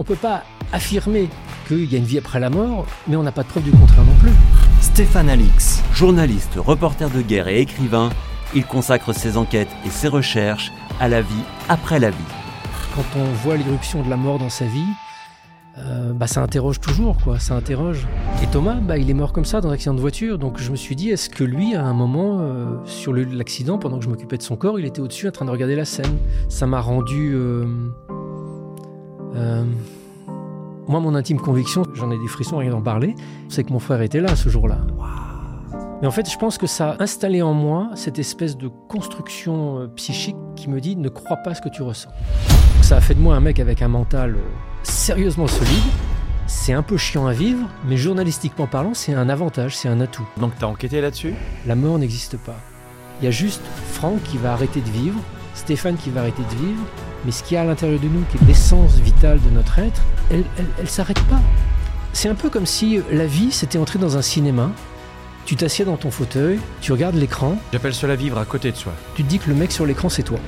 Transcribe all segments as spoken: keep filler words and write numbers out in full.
peut pas affirmer qu'il y a une vie après la mort, mais on n'a pas de preuve du contraire non plus. Stéphane Alix, journaliste, reporter de guerre et écrivain, il consacre ses enquêtes et ses recherches à la vie après la vie. Quand on voit l'irruption de la mort dans sa vie, euh, bah ça interroge toujours, quoi, ça interroge. Et Thomas, bah, il est mort comme ça dans un accident de voiture, donc je me suis dit, est-ce que lui, à un moment, euh, sur le, l'accident, pendant que je m'occupais de son corps, il était au-dessus en train de regarder la scène. Ça m'a rendu... Euh, euh, moi, mon intime conviction, j'en ai des frissons rien d'en parler, c'est que mon frère était là ce jour-là. Mais en fait, je pense que ça a installé en moi cette espèce de construction euh, psychique qui me dit « ne crois pas ce que tu ressens ». Ça a fait de moi un mec avec un mental euh, sérieusement solide. C'est un peu chiant à vivre, mais journalistiquement parlant, c'est un avantage, c'est un atout. Donc t'as enquêté là-dessus ? La mort n'existe pas. Il y a juste Franck qui va arrêter de vivre, Stéphane qui va arrêter de vivre, mais ce qu'il y a à l'intérieur de nous, qui est l'essence vitale de notre être, elle, elle, elle s'arrête pas. C'est un peu comme si la vie s'était entrée dans un cinéma. Tu t'assieds dans ton fauteuil, tu regardes l'écran. J'appelle cela vivre à côté de soi. Tu te dis que le mec sur l'écran, c'est toi.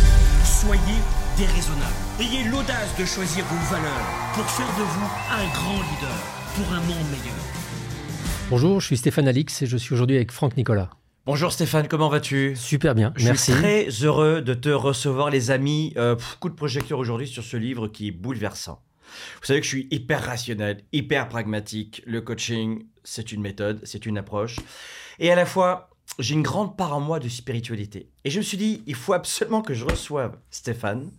Soyez déraisonnable. Ayez l'audace de choisir vos valeurs pour faire de vous un grand leader pour un monde meilleur. Bonjour, je suis Stéphane Alix et je suis aujourd'hui avec Franck Nicolas. Bonjour Stéphane, comment vas-tu ? Super bien, je merci. Je suis très heureux de te recevoir, les amis. Euh, pff, coup de projecteur aujourd'hui sur ce livre qui est bouleversant. Vous savez que je suis hyper rationnel, hyper pragmatique. Le coaching, c'est une méthode, c'est une approche. Et à la fois, j'ai une grande part en moi de spiritualité. Et je me suis dit, il faut absolument que je reçoive Stéphane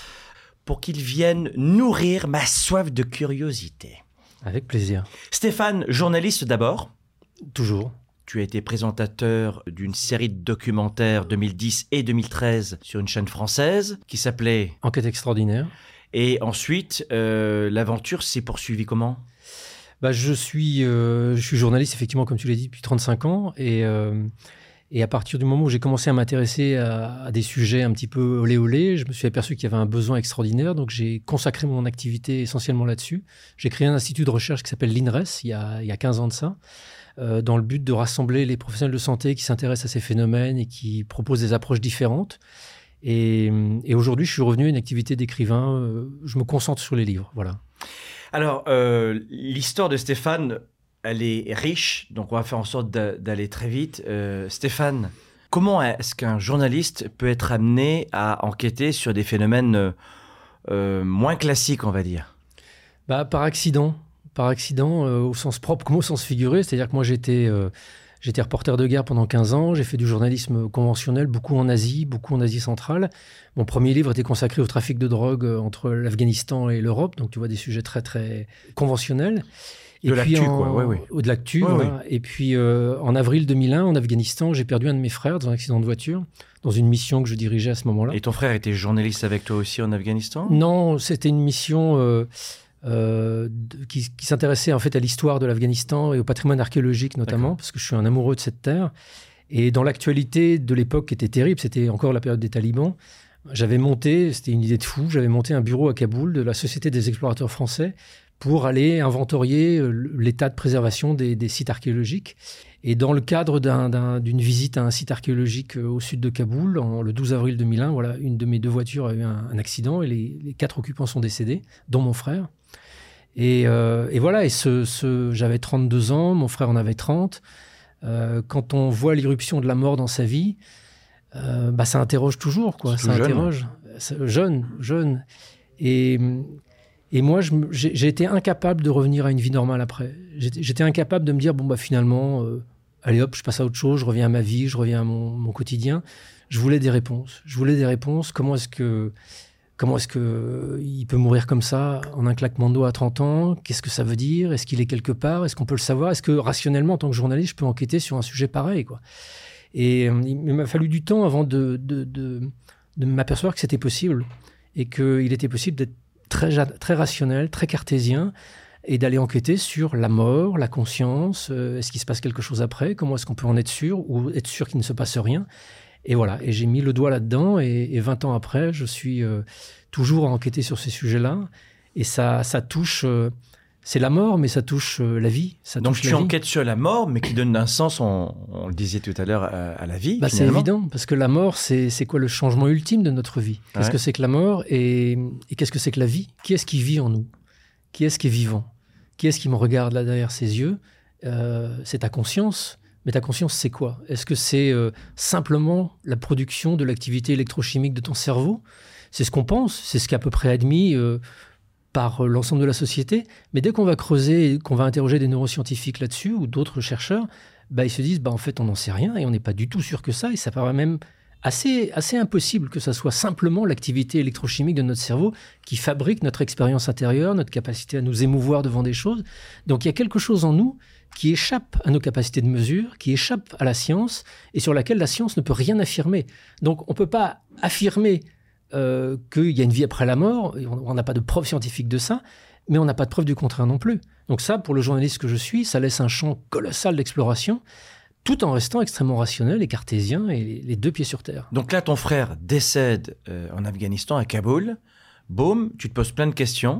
pour qu'il vienne nourrir ma soif de curiosité. Avec plaisir. Stéphane, journaliste d'abord. Toujours. Tu as été présentateur d'une série de documentaires deux mille dix et deux mille treize sur une chaîne française qui s'appelait... Enquête extraordinaire. Et ensuite, euh, l'aventure s'est poursuivie comment ? Bah, je, suis, euh, je suis journaliste, effectivement, comme tu l'as dit, depuis trente-cinq ans. Et, euh, et à partir du moment où j'ai commencé à m'intéresser à, à des sujets un petit peu olé olé, je me suis aperçu qu'il y avait un besoin extraordinaire. Donc, j'ai consacré mon activité essentiellement là-dessus. J'ai créé un institut de recherche qui s'appelle l'I N R E S, il y a, il y a quinze ans de ça, euh, dans le but de rassembler les professionnels de santé qui s'intéressent à ces phénomènes et qui proposent des approches différentes. Et, et aujourd'hui, je suis revenu à une activité d'écrivain. Euh, je me concentre sur les livres, voilà. Alors, euh, l'histoire de Stéphane, elle est riche, donc on va faire en sorte d'a- d'aller très vite. Euh, Stéphane, comment est-ce qu'un journaliste peut être amené à enquêter sur des phénomènes euh, moins classiques, on va dire ? Bah, par accident, par accident, euh, au sens propre comme au sens figuré. C'est-à-dire que moi, j'étais... Euh, J'étais reporter de guerre pendant quinze ans, j'ai fait du journalisme conventionnel, beaucoup en Asie, beaucoup en Asie centrale. Mon premier livre était consacré au trafic de drogue entre l'Afghanistan et l'Europe, donc tu vois des sujets très très conventionnels. Et de l'actu, en... quoi, oui, oui. Ou de l'actu, ouais, voilà. Oui. Et puis euh, en avril deux mille un, en Afghanistan, j'ai perdu un de mes frères dans un accident de voiture, dans une mission que je dirigeais à ce moment-là. Et ton frère était journaliste avec toi aussi en Afghanistan ? Non, c'était une mission... Euh, Euh, de, qui, qui s'intéressait en fait à l'histoire de l'Afghanistan et au patrimoine archéologique notamment, D'accord. parce que je suis un amoureux de cette terre. Et dans l'actualité de l'époque qui était terrible, c'était encore la période des talibans, j'avais monté, c'était une idée de fou, j'avais monté un bureau à Kaboul de la Société des explorateurs français pour aller inventorier l'état de préservation des, des sites archéologiques. Et dans le cadre d'un, d'un, d'une visite à un site archéologique au sud de Kaboul, en, le douze avril deux mille un, voilà, une de mes deux voitures a eu un, un accident et les, les quatre occupants sont décédés, dont mon frère. Et, euh, et voilà, et ce, ce, j'avais trente-deux ans, mon frère en avait trente. Euh, quand on voit l'irruption de la mort dans sa vie, euh, bah, ça interroge toujours, quoi. Ça jeune. interroge. Ça, jeune, jeune. Et, et moi, je, j'ai, j'ai été incapable de revenir à une vie normale après. J'étais, j'étais incapable de me dire, bon, bah, finalement, euh, allez hop, je passe à autre chose, je reviens à ma vie, je reviens à mon, mon quotidien. Je voulais des réponses. Je voulais des réponses. Comment est-ce que... Comment est-ce qu'il peut mourir comme ça, en un claquement de doigts à trente ans ? Qu'est-ce que ça veut dire ? Est-ce qu'il est quelque part ? Est-ce qu'on peut le savoir ? Est-ce que, rationnellement, en tant que journaliste, je peux enquêter sur un sujet pareil, quoi ? Et euh, il m'a fallu du temps avant de, de, de, de m'apercevoir que c'était possible et qu'il était possible d'être très, très rationnel, très cartésien et d'aller enquêter sur la mort, la conscience, euh, est-ce qu'il se passe quelque chose après ? Comment est-ce qu'on peut en être sûr ou être sûr qu'il ne se passe rien ? Et voilà, et j'ai mis le doigt là-dedans, et, et vingt ans après, je suis euh, toujours à enquêter sur ces sujets-là, et ça, ça touche, euh, c'est la mort, mais ça touche euh, la vie. Ça Donc touche tu la enquêtes vie. sur la mort, mais qui donne un sens, on, on le disait tout à l'heure, à, à la vie, Bah, c'est finalement. évident, parce que la mort, c'est, c'est quoi le changement ultime de notre vie ? Qu'est-ce Ouais. que c'est que la mort, et, et qu'est-ce que c'est que la vie ? Qui est-ce qui vit en nous ? Qui est-ce qui est vivant? Qui est-ce qui me regarde là derrière ses yeux? euh, C'est ta conscience. Mais ta conscience, c'est quoi? Est-ce que c'est euh, simplement la production de l'activité électrochimique de ton cerveau? C'est ce qu'on pense, c'est ce qui est à peu près admis euh, par l'ensemble de la société. Mais dès qu'on va creuser, qu'on va interroger des neuroscientifiques là-dessus ou d'autres chercheurs, bah, ils se disent bah, en fait, on n'en sait rien et on n'est pas du tout sûr que ça. Et ça paraît même assez, assez impossible que ça soit simplement l'activité électrochimique de notre cerveau qui fabrique notre expérience intérieure, notre capacité à nous émouvoir devant des choses. Donc il y a quelque chose en nous qui échappe à nos capacités de mesure, qui échappe à la science et sur laquelle la science ne peut rien affirmer. Donc on ne peut pas affirmer euh, qu'il y a une vie après la mort, on n'a pas de preuve scientifique de ça, mais on n'a pas de preuve du contraire non plus. Donc ça, pour le journaliste que je suis, ça laisse un champ colossal d'exploration, tout en restant extrêmement rationnel et cartésien et les deux pieds sur terre. Donc là, ton frère décède euh, en Afghanistan, à Kaboul. Boum, tu te poses plein de questions,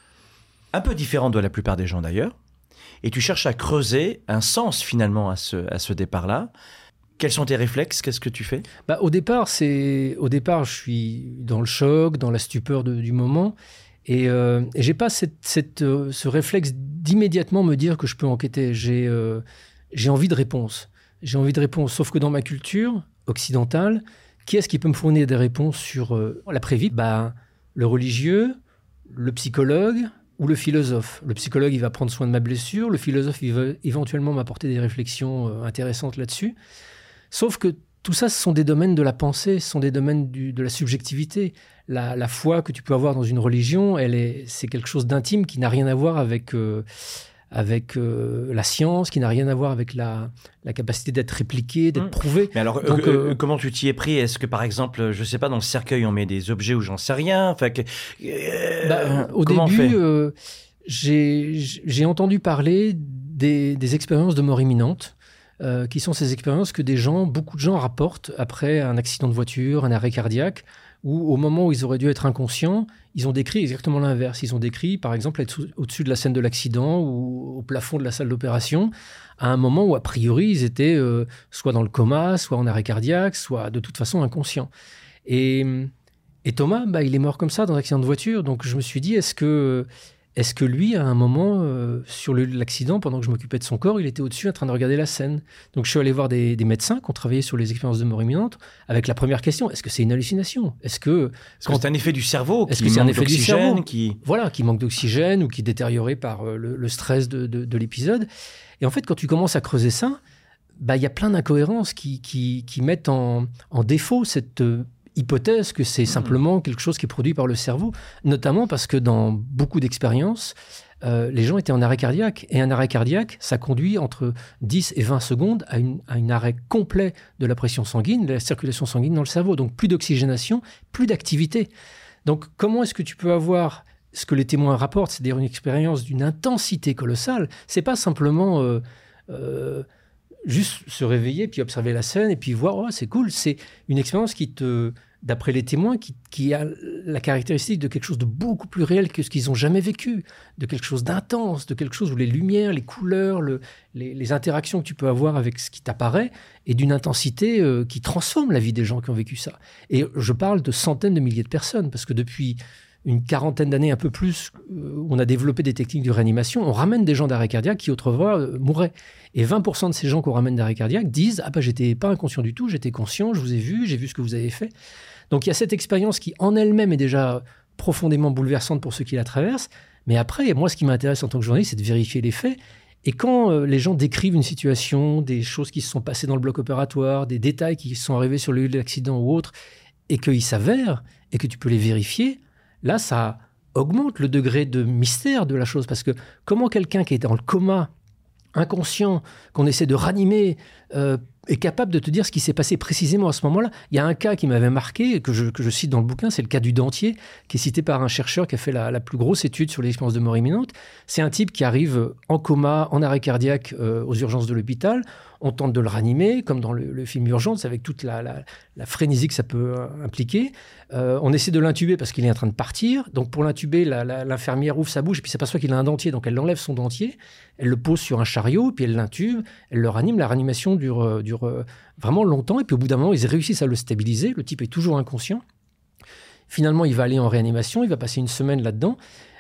un peu différentes de la plupart des gens d'ailleurs, et tu cherches à creuser un sens finalement à ce, à ce départ-là. Quels sont tes réflexes? Qu'est-ce que tu fais? Bah, au départ, c'est... au départ, je suis dans le choc, dans la stupeur de, du moment, et, euh, et j'ai pas cette, cette, euh, ce réflexe d'immédiatement me dire que je peux enquêter. J'ai, euh, j'ai envie de réponses. J'ai envie de réponses, sauf que dans ma culture occidentale, qui est-ce qui peut me fournir des réponses sur euh, l'après-vie? Bah, le religieux, le psychologue ou le philosophe. Le psychologue, il va prendre soin de ma blessure. Le philosophe, il va éventuellement m'apporter des réflexions euh, intéressantes là-dessus. Sauf que tout ça, ce sont des domaines de la pensée, ce sont des domaines du, de la subjectivité. La, la foi que tu peux avoir dans une religion, elle est, c'est quelque chose d'intime qui n'a rien à voir avec, euh, avec euh, la science, qui n'a rien à voir avec la, la capacité d'être répliqué, d'être mmh. prouvé. Mais alors, Donc, euh, euh, comment tu t'y es pris? Est-ce que, par exemple, je ne sais pas, dans le cercueil, on met des objets ou j'en sais rien? Enfin, que, euh, bah, Au début, euh, j'ai, j'ai entendu parler des, des expériences de mort imminente. Euh, qui sont ces expériences que des gens, beaucoup de gens rapportent après un accident de voiture, un arrêt cardiaque, où au moment où ils auraient dû être inconscients, ils ont décrit exactement l'inverse. Ils ont décrit, par exemple, être au-dessus de la scène de l'accident ou au plafond de la salle d'opération, à un moment où, a priori, ils étaient euh, soit dans le coma, soit en arrêt cardiaque, soit de toute façon inconscients. Et, et Thomas, bah, il est mort comme ça dans un accident de voiture. Donc je me suis dit, est-ce que... Est-ce que lui, à un moment, euh, sur le, l'accident, pendant que je m'occupais de son corps, il était au-dessus en train de regarder la scène? Donc je suis allé voir des, des médecins qui ont travaillé sur les expériences de mort imminente avec la première question, est-ce que c'est une hallucination? Est-ce que, est-ce quand... que c'est un effet du cerveau est-ce qui que manque c'est un effet d'oxygène du cerveau qui... Voilà, qui manque d'oxygène ou qui est détérioré par euh, le, le stress de, de, de l'épisode. Et en fait, quand tu commences à creuser ça, bah, y a plein d'incohérences qui, qui, qui mettent en, en défaut cette... Euh, hypothèse que c'est simplement quelque chose qui est produit par le cerveau, notamment parce que dans beaucoup d'expériences, euh, les gens étaient en arrêt cardiaque. Et un arrêt cardiaque, ça conduit entre dix et vingt secondes à, une, à un arrêt complet de la pression sanguine, de la circulation sanguine dans le cerveau. Donc plus d'oxygénation, plus d'activité. Donc comment est-ce que tu peux avoir ce que les témoins rapportent, c'est-à-dire une expérience d'une intensité colossale? C'est pas simplement... Euh, euh, juste se réveiller, puis observer la scène, et puis voir, oh, c'est cool. C'est une expérience qui te, d'après les témoins, qui, qui a la caractéristique de quelque chose de beaucoup plus réel que ce qu'ils ont jamais vécu, de quelque chose d'intense, de quelque chose où les lumières, les couleurs, le, les, les interactions que tu peux avoir avec ce qui t'apparaît, et d'une intensité euh, qui transforme la vie des gens qui ont vécu ça. Et je parle de centaines de milliers de personnes, parce que depuis une quarantaine d'années, un peu plus, euh, on a développé des techniques de réanimation. On ramène des gens d'arrêt cardiaque qui autrefois euh, mouraient. Et vingt pour cent de ces gens qu'on ramène d'arrêt cardiaque disent « Ah bah j'étais pas inconscient du tout, j'étais conscient, je vous ai vu, j'ai vu ce que vous avez fait. » Donc il y a cette expérience qui en elle-même est déjà profondément bouleversante pour ceux qui la traversent. Mais après, moi ce qui m'intéresse en tant que journaliste, c'est de vérifier les faits. Et quand euh, les gens décrivent une situation, des choses qui se sont passées dans le bloc opératoire, des détails qui sont arrivés sur le lieu de l'accident ou autre, et qu'ils s'avèrent, et que tu peux les vérifier, là, ça augmente le degré de mystère de la chose. Parce que comment quelqu'un qui est dans le coma, inconscient, qu'on essaie de ranimer, euh, est capable de te dire ce qui s'est passé précisément à ce moment-là? Il y a un cas qui m'avait marqué, que je, que je cite dans le bouquin, c'est le cas du dentier, qui est cité par un chercheur qui a fait la, la plus grosse étude sur les expériences de mort imminente. C'est un type qui arrive en coma, en arrêt cardiaque euh, aux urgences de l'hôpital. On tente de le ranimer, comme dans le, le film Urgence, avec toute la, la, la frénésie que ça peut euh, impliquer. Euh, on essaie de l'intuber parce qu'il est en train de partir. Donc pour l'intuber, la, la, l'infirmière ouvre sa bouche et puis s'aperçoit qu'il a un dentier. Donc elle enlève son dentier, elle le pose sur un chariot, puis elle l'intube, elle le ranime. La réanimation dure, euh, dure euh, vraiment longtemps. Et puis au bout d'un moment, ils réussissent à le stabiliser. Le type est toujours inconscient. Finalement, il va aller en réanimation, il va passer une semaine là-dedans.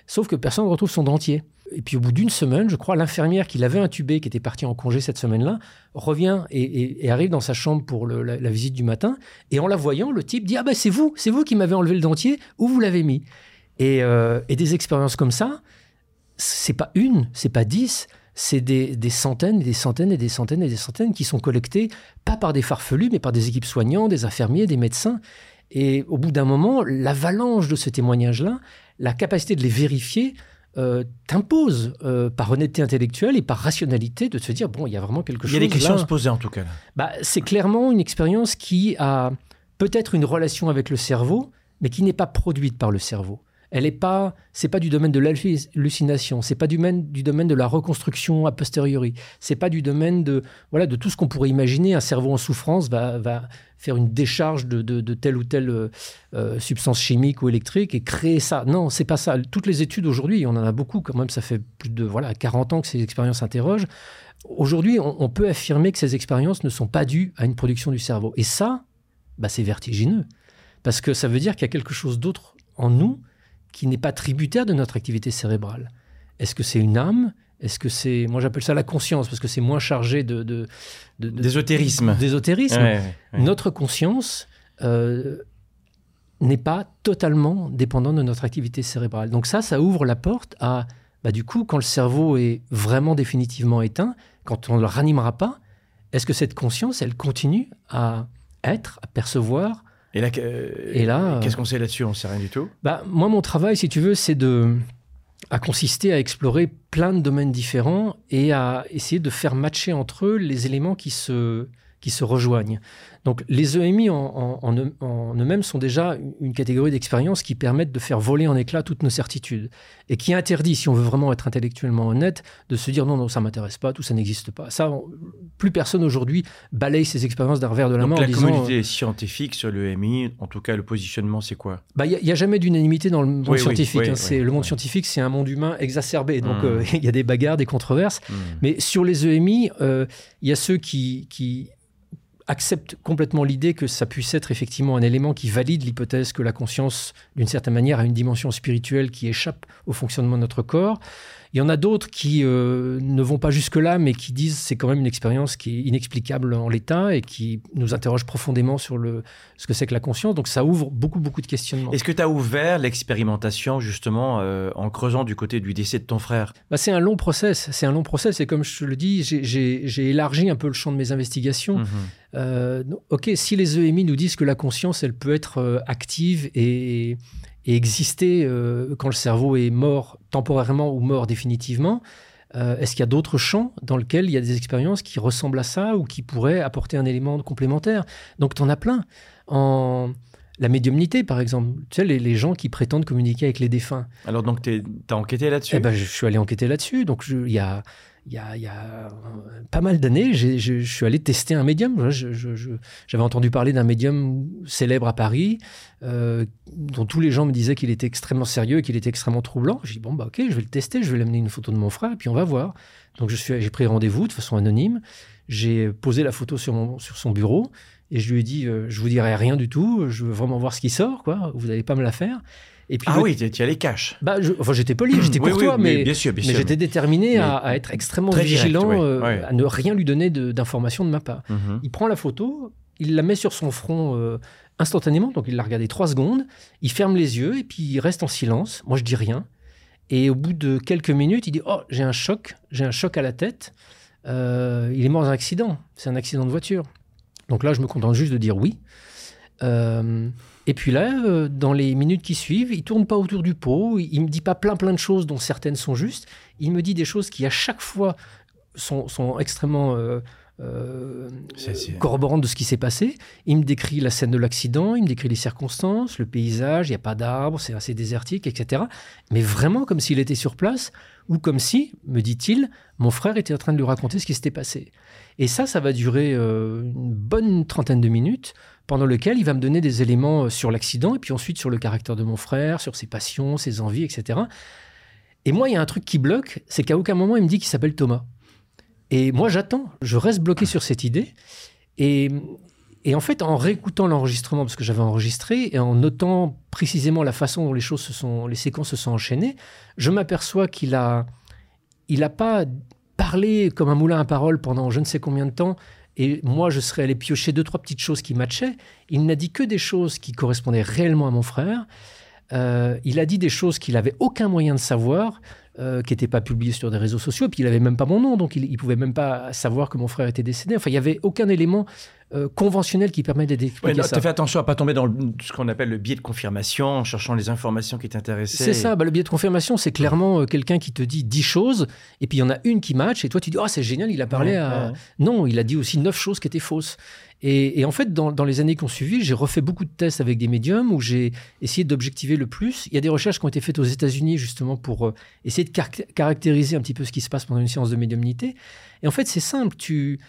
sauf que personne ne retrouve son dentier. Et puis au bout d'une semaine, je crois, l'infirmière qui l'avait intubé, qui était partie en congé cette semaine-là, revient et, et, et arrive dans sa chambre pour le, la, la visite du matin. Et en la voyant, le type dit « Ah ben c'est vous, c'est vous qui m'avez enlevé le dentier, où vous l'avez mis ?» et, euh, et des expériences comme ça, c'est pas une, c'est pas dix, c'est des, des centaines et des centaines et des centaines et des centaines qui sont collectées, pas par des farfelus, mais par des équipes soignantes, des infirmiers, des médecins. Et au bout d'un moment, l'avalanche de ce témoignage-là, la capacité de les vérifier, Euh, t'impose euh, par honnêteté intellectuelle et par rationalité de se dire bon, il y a vraiment quelque chose. Il y a des questions là. à se poser en tout cas. Là. Bah, c'est clairement une expérience qui a peut-être une relation avec le cerveau, mais qui n'est pas produite par le cerveau. Elle est pas, c'est pas du domaine de l'hallucination, c'est pas du domaine, du domaine de la reconstruction a posteriori, c'est pas du domaine de voilà de tout ce qu'on pourrait imaginer. Un cerveau en souffrance va va faire une décharge de, de, de telle ou telle euh, substance chimique ou électrique et créer ça. Non, c'est pas ça. Toutes les études aujourd'hui, on en a beaucoup quand même, ça fait plus de voilà quarante ans que ces expériences interrogent. Aujourd'hui, on, on peut affirmer que ces expériences ne sont pas dues à une production du cerveau. Et ça, bah, c'est vertigineux. Parce que ça veut dire qu'il y a quelque chose d'autre en nous qui n'est pas tributaire de notre activité cérébrale. Est-ce que c'est une âme ? Est-ce que c'est... Moi, j'appelle ça la conscience, parce que c'est moins chargé de... de, de, de d'ésotérisme. D'ésotérisme. Ouais, ouais, ouais. Notre conscience euh, n'est pas totalement dépendante de notre activité cérébrale. Donc ça, ça ouvre la porte à... Bah, du coup, quand le cerveau est vraiment définitivement éteint, quand on ne le ranimera pas, est-ce que cette conscience, elle continue à être, à percevoir ? Et là, euh, Et là qu'est-ce qu'on sait là-dessus ? On ne sait rien du tout. Bah, moi, mon travail, si tu veux, c'est de... a consisté à explorer plein de domaines différents et à essayer de faire matcher entre eux les éléments qui se, qui se rejoignent. Donc, les E M I en, en, en, eux, en eux-mêmes sont déjà une catégorie d'expériences qui permettent de faire voler en éclats toutes nos certitudes et qui interdit, si on veut vraiment être intellectuellement honnête, de se dire non, non, ça ne m'intéresse pas, tout ça n'existe pas. Ça, on, plus personne aujourd'hui balaye ces expériences d'un revers de la Donc main la en disant... communauté scientifique sur le E M I, en tout cas le positionnement, c'est quoi ? Il bah, n'y a, a jamais d'unanimité dans le monde oui, scientifique. Oui, hein. oui, c'est, oui, le monde oui. scientifique, c'est un monde humain exacerbé. Donc, il mmh. euh, y a des bagarres, des controverses. Mmh. Mais sur les E M I, il euh, y a ceux qui... qui accepte complètement l'idée que ça puisse être effectivement un élément qui valide l'hypothèse que la conscience, d'une certaine manière, a une dimension spirituelle qui échappe au fonctionnement de notre corps. Il y en a d'autres qui euh, ne vont pas jusque-là, mais qui disent que c'est quand même une expérience qui est inexplicable en l'état et qui nous interroge profondément sur le, ce que c'est que la conscience. Donc ça ouvre beaucoup, beaucoup de questionnements. Est-ce que tu as ouvert l'expérimentation justement euh, en creusant du côté du décès de ton frère ? Bah, c'est un long process. C'est un long process. Et comme je te le dis, j'ai, j'ai, j'ai élargi un peu le champ de mes investigations. Mmh. Euh, ok, si les E M I nous disent que la conscience, elle peut être euh, active et... et exister euh, quand le cerveau est mort temporairement ou mort définitivement, euh, est-ce qu'il y a d'autres champs dans lesquels il y a des expériences qui ressemblent à ça ou qui pourraient apporter un élément complémentaire ? Donc, tu en as plein. En la médiumnité, par exemple, tu sais, les, les gens qui prétendent communiquer avec les défunts. Alors, donc, tu as enquêté là-dessus ? Eh ben, je suis allé enquêter là-dessus. Donc, il y a... Il y, a, il y a pas mal d'années, j'ai, je, je suis allé tester un médium. Je, je, je, j'avais entendu parler d'un médium célèbre à Paris, euh, dont tous les gens me disaient qu'il était extrêmement sérieux et qu'il était extrêmement troublant. J'ai dit, bon, bah, ok, je vais le tester, je vais lui amener une photo de mon frère, et puis on va voir. Donc, je suis, j'ai pris rendez-vous de façon anonyme. J'ai posé la photo sur, mon, sur son bureau, et je lui ai dit, euh, je vous dirai rien du tout, je veux vraiment voir ce qui sort, quoi. Vous n'allez pas me la faire. Et puis, ah le... oui, tu y allais cash. Bah, je, enfin, j'étais poli, j'étais oui, courtois, oui, mais, mais, bien sûr, bien mais sûr. j'étais déterminé mais à, à être extrêmement très vigilant, direct, euh, ouais, ouais. à ne rien lui donner de, d'informations de ma part. Mm-hmm. Il prend la photo, il la met sur son front euh, instantanément, donc il l'a regardé trois secondes, il ferme les yeux et puis il reste en silence. Moi, je dis rien. Et au bout de quelques minutes, il dit « Oh, j'ai un choc, j'ai un choc à la tête. Euh, il est mort dans un accident, c'est un accident de voiture. » Donc là, je me contente juste de dire oui. Euh, et puis là, euh, dans les minutes qui suivent, il tourne pas autour du pot, il, il me dit pas plein plein de choses dont certaines sont justes, il me dit des choses qui à chaque fois sont, sont extrêmement euh, euh, c'est, c'est... corroborantes de ce qui s'est passé. Il me décrit la scène de l'accident, il me décrit les circonstances, le paysage, il n'y a pas d'arbres, c'est assez désertique, et cetera. Mais vraiment comme s'il était sur place, ou comme si, me dit-il, mon frère était en train de lui raconter ce qui s'était passé. Et ça, ça va durer euh, une bonne trentaine de minutes, pendant lequel il va me donner des éléments sur l'accident, et puis ensuite sur le caractère de mon frère, sur ses passions, ses envies, et cetera. Et moi, il y a un truc qui bloque, c'est qu'à aucun moment, il me dit qu'il s'appelle Thomas. Et moi, j'attends, je reste bloqué sur cette idée, et et en fait, en réécoutant l'enregistrement, parce que j'avais enregistré, et en notant précisément la façon dont les choses se sont, les séquences se sont enchaînées, je m'aperçois qu'il a, il a pas parlé comme un moulin à paroles pendant je ne sais combien de temps. Et moi, je serais allé piocher deux, trois petites choses qui matchaient. Il n'a dit que des choses qui correspondaient réellement à mon frère. Euh, il a dit des choses qu'il n'avait aucun moyen de savoir, euh, qui n'étaient pas publiées sur des réseaux sociaux. Et puis, il n'avait même pas mon nom, donc il ne pouvait même pas savoir que mon frère était décédé. Enfin, il n'y avait aucun élément euh, conventionnel qui permettait d'expliquer ouais, ça. Tu as fait attention à ne pas tomber dans le, ce qu'on appelle le biais de confirmation, en cherchant les informations qui t'intéressaient. C'est ça, bah, le biais de confirmation, c'est clairement euh, quelqu'un qui te dit dix choses, et puis il y en a une qui match, et toi tu dis « Ah, oh, c'est génial, il a parlé ouais, à… Ouais. » Non, il a dit aussi neuf choses qui étaient fausses. Et, et en fait, dans, dans les années qui ont suivi, j'ai refait beaucoup de tests avec des médiums où j'ai essayé d'objectiver le plus. Il y a des recherches qui ont été faites aux États-Unis justement pour euh, essayer de car- caractériser un petit peu ce qui se passe pendant une séance de médiumnité. Et en fait, c'est simple, tu…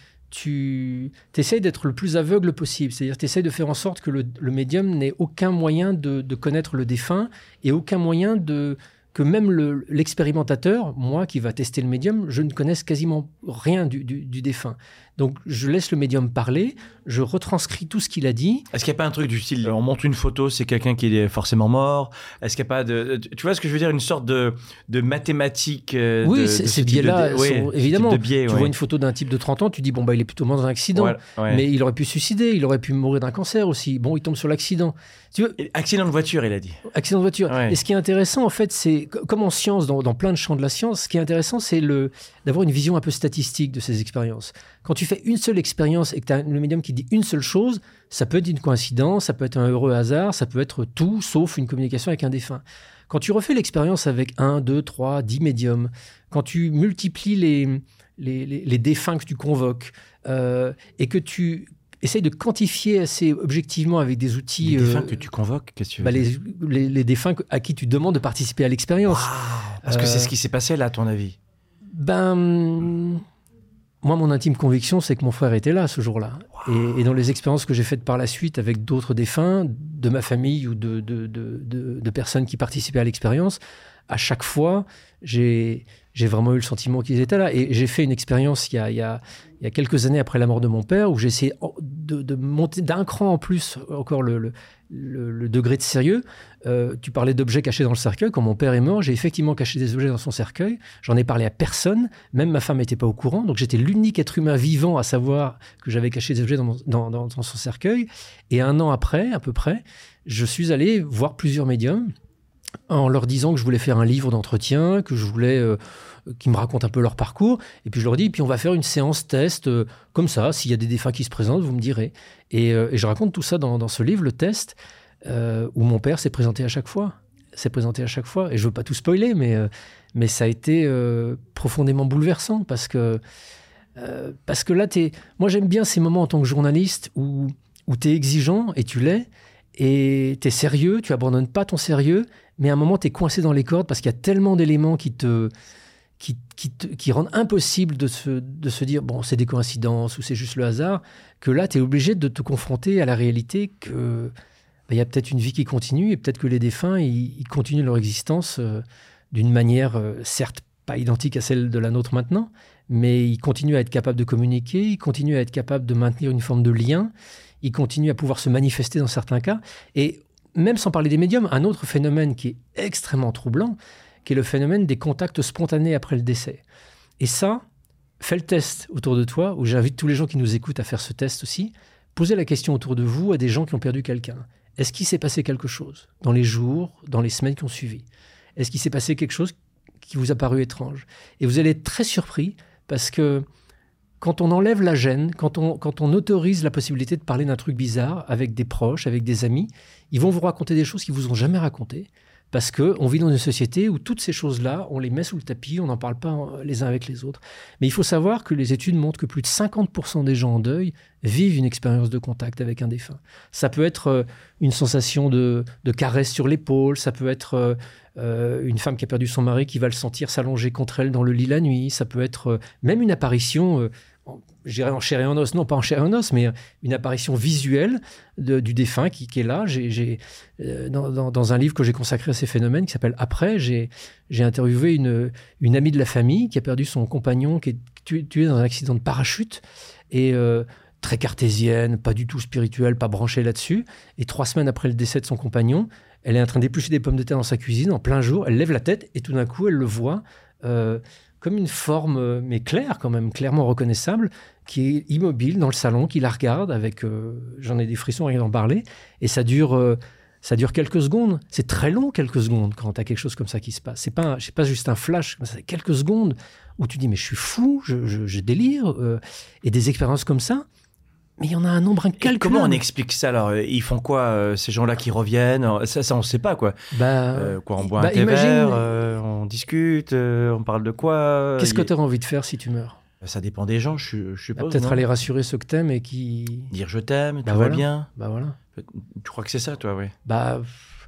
tu essayes d'être le plus aveugle possible. C'est-à-dire tu essayes de faire en sorte que le, le médium n'ait aucun moyen de, de connaître le défunt et aucun moyen de, que même le, l'expérimentateur, moi qui va tester le médium, je ne connaisse quasiment rien du, du, du défunt. Donc je laisse le médium parler, je retranscris tout ce qu'il a dit. Est-ce qu'il n'y a pas un truc du style, on montre une photo, c'est quelqu'un qui est forcément mort? Est-ce qu'il n'y a pas de… Tu vois ce que je veux dire? Une sorte de, de mathématique euh, Oui, de, c'est, de ces biais-là, de, sont, ouais, évidemment. De biais, tu ouais. vois une photo d'un type de trente ans, tu dis, bon, bah, il est plutôt mort dans un accident. Ouais, ouais. Mais il aurait pu se suicider, il aurait pu mourir d'un cancer aussi. Bon, il tombe sur l'accident. Tu veux, accident de voiture, il a dit. Accident de voiture. Ouais. Et ce qui est intéressant, en fait, c'est, comme en science, dans, dans plein de champs de la science, ce qui est intéressant, c'est le, d'avoir une vision un peu statistique de ces expériences. Quand tu fais une seule expérience et que tu as le médium qui dit une seule chose, ça peut être une coïncidence, ça peut être un heureux hasard, ça peut être tout sauf une communication avec un défunt. Quand tu refais l'expérience avec un, deux, trois, dix médiums, quand tu multiplies les, les, les, les défunts que tu convoques euh, et que tu essayes de quantifier assez objectivement avec des outils… Les défunts euh, que tu convoques, qu'est-ce que tu veux bah dire les, les, les défunts à qui tu demandes de participer à l'expérience. Wow. Parce euh, que c'est ce qui s'est passé là, à ton avis? Ben… Moi, mon intime conviction, c'est que mon frère était là ce jour-là. Wow. Et, et dans les expériences que j'ai faites par la suite avec d'autres défunts, de ma famille ou de, de, de, de, de personnes qui participaient à l'expérience, à chaque fois, j'ai, j'ai vraiment eu le sentiment qu'ils étaient là. Et j'ai fait une expérience il y a, il y a, il y a quelques années après la mort de mon père, où j'ai essayé de, de monter d'un cran en plus encore le, le, le, le degré de sérieux. Euh, tu parlais d'objets cachés dans le cercueil. Quand mon père est mort, j'ai effectivement caché des objets dans son cercueil. J'en ai parlé à personne. Même ma femme n'était pas au courant. Donc j'étais l'unique être humain vivant à savoir que j'avais caché des objets dans, mon, dans, dans, dans son cercueil. Et un an après, à peu près, je suis allé voir plusieurs médiums en leur disant que je voulais faire un livre d'entretien, que je voulais euh, qu'ils me racontent un peu leur parcours. Et puis je leur dis, puis on va faire une séance test euh, comme ça. S'il y a des défunts qui se présentent, vous me direz. Et, euh, et je raconte tout ça dans, dans ce livre, le test, euh, où mon père s'est présenté à chaque fois. S'est présenté à chaque fois. Et je veux pas tout spoiler, mais, euh, mais ça a été euh, profondément bouleversant parce que, euh, parce que là, t'es... moi j'aime bien ces moments en tant que journaliste où, où tu es exigeant, et tu l'es, et tu es sérieux, tu abandonnes pas ton sérieux, mais à un moment, tu es coincé dans les cordes parce qu'il y a tellement d'éléments qui te, qui, qui, te, qui rendent impossible de se, de se dire, bon, c'est des coïncidences ou c'est juste le hasard, que là, tu es obligé de te confronter à la réalité que bah, y a peut-être une vie qui continue et peut-être que les défunts, ils, ils continuent leur existence euh, d'une manière, euh, certes, pas identique à celle de la nôtre maintenant, mais ils continuent à être capables de communiquer, ils continuent à être capables de maintenir une forme de lien, ils continuent à pouvoir se manifester dans certains cas. Et même sans parler des médiums, un autre phénomène qui est extrêmement troublant, qui est le phénomène des contacts spontanés après le décès. Et ça, fais le test autour de toi, où j'invite tous les gens qui nous écoutent à faire ce test aussi. Posez la question autour de vous à des gens qui ont perdu quelqu'un. Est-ce qu'il s'est passé quelque chose dans les jours, dans les semaines qui ont suivi? Est-ce qu'il s'est passé quelque chose qui vous a paru étrange? Et vous allez être très surpris, parce que quand on enlève la gêne, quand on, quand on autorise la possibilité de parler d'un truc bizarre avec des proches, avec des amis, ils vont vous raconter des choses qu'ils ne vous ont jamais racontées, parce qu'on vit dans une société où toutes ces choses-là, on les met sous le tapis, on n'en parle pas les uns avec les autres. Mais il faut savoir que les études montrent que plus de cinquante pour cent des gens en deuil vivent une expérience de contact avec un défunt. Ça peut être une sensation de, de caresse sur l'épaule, ça peut être euh, une femme qui a perdu son mari qui va le sentir s'allonger contre elle dans le lit la nuit, ça peut être euh, même une apparition... Euh, je dirais en chair et en os, non pas en chair et en os, mais une apparition visuelle de, du défunt qui, qui est là. J'ai, j'ai, euh, dans, dans, dans un livre que j'ai consacré à ces phénomènes qui s'appelle « Après », j'ai, j'ai interviewé une, une amie de la famille qui a perdu son compagnon qui est tué, tué dans un accident de parachute. Et euh, très cartésienne, pas du tout spirituelle, pas branchée là-dessus. Et trois semaines après le décès de son compagnon, elle est en train d'éplucher des pommes de terre dans sa cuisine, en plein jour. Elle lève la tête et tout d'un coup, elle le voit euh, comme une forme, euh, mais claire quand même, clairement reconnaissable, qui est immobile dans le salon, qui la regarde avec... Euh, j'en ai des frissons rien d'en parler. Et ça dure... Euh, Ça dure quelques secondes. C'est très long, quelques secondes, quand tu as quelque chose comme ça qui se passe. C'est pas, un, c'est pas juste un flash, c'est quelques secondes où tu dis, mais je suis fou, je, je, je délire. Euh, et des expériences comme ça, mais il y en a un nombre incalculable. Et comment on explique ça alors? Ils font quoi, euh, ces gens-là qui reviennent? Ça, ça on ne sait pas, quoi. Bah, euh, quoi on boit bah, un thé imagine, vert, euh, on discute, euh, on parle de quoi? Qu'est-ce que y... tu auras envie de faire si tu meurs? Ça dépend des gens, je, je suppose. Bah, peut-être non aller rassurer ceux que t'aimes et qui... Dire je t'aime, bah tout voilà. va bien. Bah voilà. Tu crois que c'est ça, toi, oui? Bah...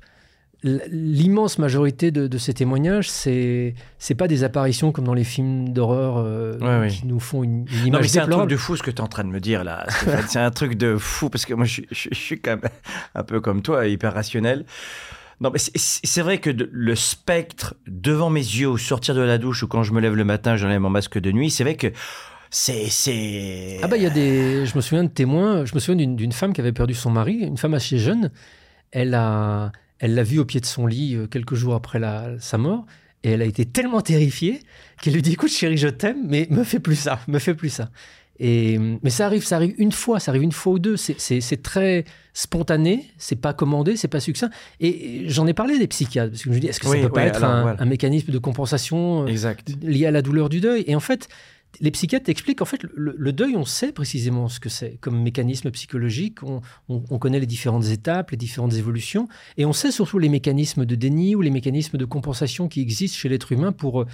L'immense majorité de, de ces témoignages, c'est c'est pas des apparitions comme dans les films d'horreur euh, ouais, qui oui. nous font une, une image Non, mais c'est déplorable. un truc de fou ce que tu es en train de me dire là. Stéphane. C'est un truc de fou parce que moi, je, je, je suis quand même un peu comme toi, hyper rationnel. Non, mais c'est, c'est vrai que de, le spectre devant mes yeux au sortir de la douche ou quand je me lève le matin, j'enlève mon masque de nuit, c'est vrai que c'est... c'est... Ah bah, il y a des... Je me souviens de témoins, je me souviens d'une, d'une femme qui avait perdu son mari, une femme assez jeune. Elle a... Elle l'a vu au pied de son lit euh, quelques jours après la, sa mort, et elle a été tellement terrifiée qu'elle lui dit « Écoute, chérie, je t'aime, mais me fais plus ça, me fais plus ça. » Et mais ça arrive, ça arrive une fois, ça arrive une fois ou deux. C'est, c'est, c'est très spontané, c'est pas commandé, c'est pas succinct. Et j'en ai parlé des psychiatres parce que je me dis, est-ce que ça oui, peut pas oui, être alors, un, voilà. un mécanisme de compensation euh, exact. lié à la douleur du deuil? Et en fait, les psychiatres expliquent en fait le, le deuil, on sait précisément ce que c'est comme mécanisme psychologique. On, on, on connaît les différentes étapes, les différentes évolutions, et on sait surtout les mécanismes de déni ou les mécanismes de compensation qui existent chez l'être humain pour euh,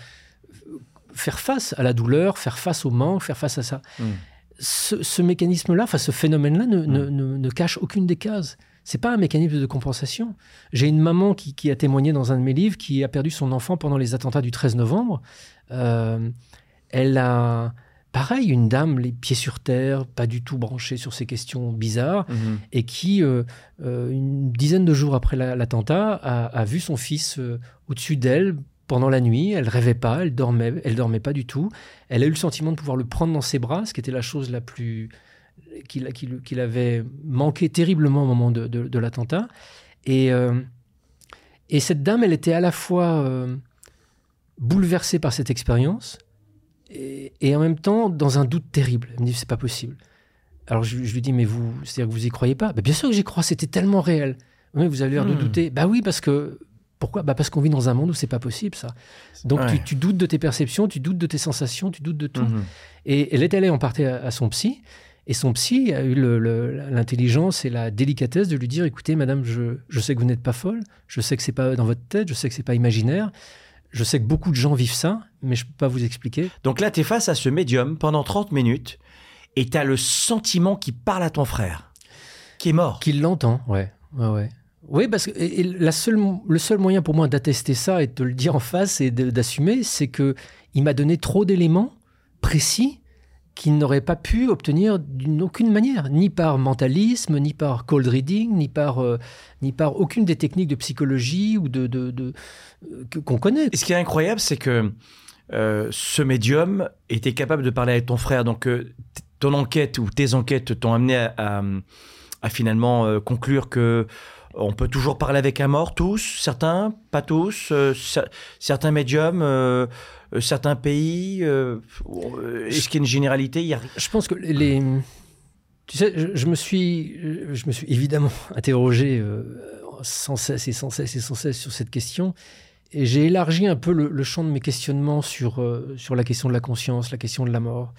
faire face à la douleur, faire face au manque, faire face à ça. Mm. Ce, ce mécanisme-là, enfin ce phénomène-là, ne, mm. ne, ne, ne cache aucune des cases. C'est pas un mécanisme de compensation. J'ai une maman qui, qui a témoigné dans un de mes livres qui a perdu son enfant pendant les attentats du treize novembre. Euh, Elle a, pareil, une dame, les pieds sur terre, pas du tout branchée sur ces questions bizarres, mmh. et qui, euh, euh, une dizaine de jours après la, l'attentat, a, a vu son fils euh, au-dessus d'elle pendant la nuit. Elle rêvait pas, elle dormait, elle dormait pas du tout. Elle a eu le sentiment de pouvoir le prendre dans ses bras, ce qui était la chose la plus qu'il, qu'il, qu'il avait manqué terriblement au moment de, de, de l'attentat. Et, euh, et cette dame, elle était à la fois euh, bouleversée par cette expérience. Et, et en même temps, dans un doute terrible. Elle me dit, c'est pas possible. Alors je, je lui dis, mais vous, c'est-à-dire que vous y croyez pas? Bah, bien sûr que j'y crois, c'était tellement réel. Mais vous avez l'air mmh. de douter. Bah oui, parce que... Pourquoi? Bah parce qu'on vit dans un monde où c'est pas possible, ça. Donc ouais. tu, tu doutes de tes perceptions, tu doutes de tes sensations, tu doutes de tout. Mmh. Et elle est allée en partie à, à son psy, et son psy a eu le, le, l'intelligence et la délicatesse de lui dire, écoutez, madame, je, je sais que vous n'êtes pas folle, je sais que c'est pas dans votre tête, je sais que c'est pas imaginaire, je sais que beaucoup de gens vivent ça, mais je ne peux pas vous expliquer. Donc là, tu es face à ce médium pendant trente minutes et tu as le sentiment qu'il parle à ton frère, qui est mort. Qu'il l'entend, ouais. ouais, ouais. Oui, parce que et la seule, le seul moyen pour moi d'attester ça et de te le dire en face et de, d'assumer, c'est qu'il m'a donné trop d'éléments précis qu'il n'aurait pas pu obtenir d'une aucune manière, ni par mentalisme, ni par cold reading, ni par, euh, ni par aucune des techniques de psychologie ou de, de, de, euh, qu'on connaît. Et ce qui est incroyable, c'est que euh, ce médium était capable de parler avec ton frère. Donc, euh, t- ton enquête ou tes enquêtes t'ont amené à, à, à finalement euh, conclure que on peut toujours parler avec un mort, tous, certains, pas tous, euh, c- certains médiums... Euh, Euh, certains pays, euh, est-ce qu'il y a une généralité? Il y a... Je pense que les... Tu sais, je, je, me, suis, je me suis évidemment interrogé euh, sans cesse et sans cesse et sans cesse sur cette question. Et j'ai élargi un peu le, le champ de mes questionnements sur, euh, sur la question de la conscience, la question de la mort.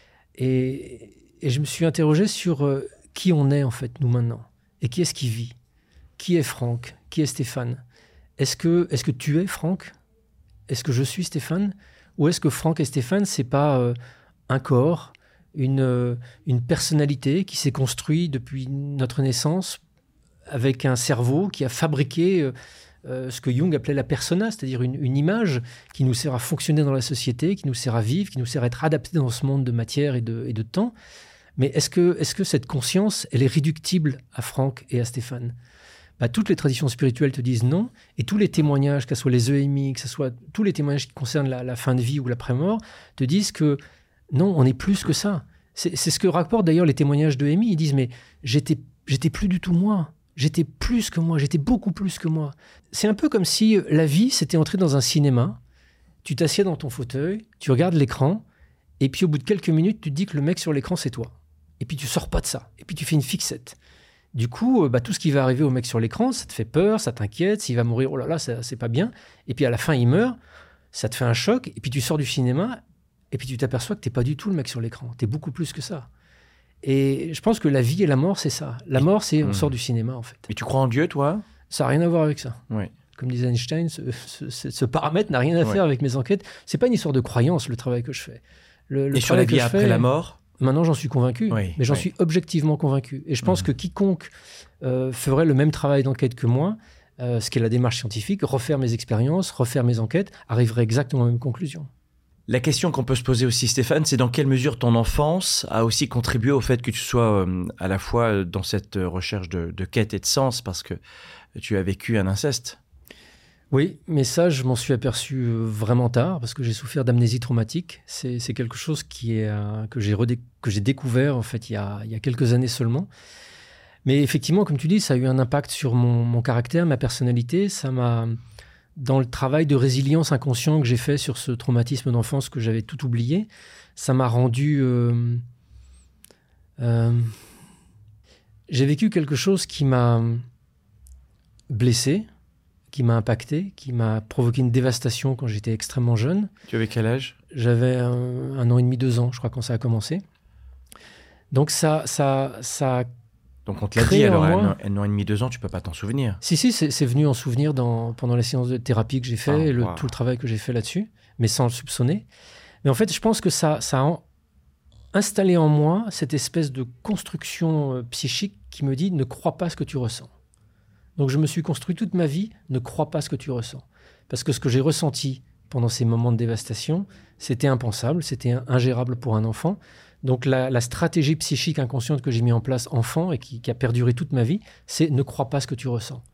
Et, et je me suis interrogé sur euh, qui on est, en fait, nous, maintenant. Et qui est-ce qui vit? Qui est Franck? Qui est Stéphane? Est-ce que, est-ce que tu es Franck? Est-ce que je suis Stéphane? Ou est-ce que Franck et Stéphane, c'est pas euh, un corps, une, euh, une personnalité qui s'est construite depuis notre naissance avec un cerveau qui a fabriqué euh, euh, ce que Jung appelait la persona, c'est-à-dire une, une image qui nous sert à fonctionner dans la société, qui nous sert à vivre, qui nous sert à être adapté dans ce monde de matière et de, et de temps. Mais est-ce que, est-ce que cette conscience, elle est réductible à Franck et à Stéphane? Bah, toutes les traditions spirituelles te disent non, et tous les témoignages, que ce soit les E M I, que ce soit tous les témoignages qui concernent la, la fin de vie ou l'après-mort, te disent que non, on est plus que ça. C'est, c'est ce que rapportent d'ailleurs les témoignages de Amy. Ils disent, mais j'étais, j'étais plus du tout moi. J'étais plus que moi, j'étais beaucoup plus que moi. C'est un peu comme si la vie s'était entrée dans un cinéma. Tu t'assieds dans ton fauteuil, tu regardes l'écran, et puis au bout de quelques minutes, tu te dis que le mec sur l'écran, c'est toi. Et puis tu sors pas de ça. Et puis tu fais une fixette. Du coup, bah, tout ce qui va arriver au mec sur l'écran, ça te fait peur, ça t'inquiète. S'il va mourir, oh là là, ça, c'est pas bien. Et puis à la fin, il meurt, ça te fait un choc. Et puis tu sors du cinéma, et puis tu t'aperçois que t'es pas du tout le mec sur l'écran. T'es beaucoup plus que ça. Et je pense que la vie et la mort, c'est ça. La mort, c'est on mmh. sort du cinéma, en fait. Mais tu crois en Dieu, toi ? Ça n'a rien à voir avec ça. Oui. Comme disait Einstein, ce, ce, ce, ce paramètre n'a rien à faire ouais. avec mes enquêtes. C'est pas une histoire de croyance, le travail que je fais. Le, le et sur la vie après fais, la mort ? Maintenant, j'en suis convaincu, oui, mais j'en oui. suis objectivement convaincu. Et je pense mmh. que quiconque euh, ferait le même travail d'enquête que moi, euh, ce qui est la démarche scientifique, refaire mes expériences, refaire mes enquêtes, arriverait exactement à la même conclusion. La question qu'on peut se poser aussi, Stéphane, c'est dans quelle mesure ton enfance a aussi contribué au fait que tu sois euh, à la fois dans cette recherche de, de quête et de sens, parce que tu as vécu un inceste. Oui, mais ça, je m'en suis aperçu vraiment tard, parce que j'ai souffert d'amnésie traumatique. C'est, c'est quelque chose qui est, euh, que, j'ai redé- que j'ai découvert, en fait, il y a, il y a quelques années seulement. Mais effectivement, comme tu dis, ça a eu un impact sur mon, mon caractère, ma personnalité. Ça m'a... Dans le travail de résilience inconscient que j'ai fait sur ce traumatisme d'enfance que j'avais tout oublié, ça m'a rendu... Euh, euh, j'ai vécu quelque chose qui m'a blessé, qui m'a impacté, qui m'a provoqué une dévastation quand j'étais extrêmement jeune. Tu avais quel âge ? J'avais un, un an et demi, deux ans, je crois, quand ça a commencé. Donc ça... ça, ça Donc on te l'a dit, alors un, un an et demi, deux ans, tu peux pas t'en souvenir. Si, si, c'est, c'est venu en souvenir dans, pendant les séances de thérapie que j'ai fait, oh, et le, wow. tout le travail que j'ai fait là-dessus, mais sans le soupçonner. Mais en fait, je pense que ça, ça a en, installé en moi cette espèce de construction euh, psychique qui me dit « ne crois pas ce que tu ressens ». Donc je me suis construit toute ma vie « ne crois pas ce que tu ressens ». Parce que ce que j'ai ressenti pendant ces moments de dévastation, c'était impensable, c'était ingérable pour un enfant. Donc la, la stratégie psychique inconsciente que j'ai mis en place enfant et qui, qui a perduré toute ma vie, c'est ne crois pas ce que tu ressens.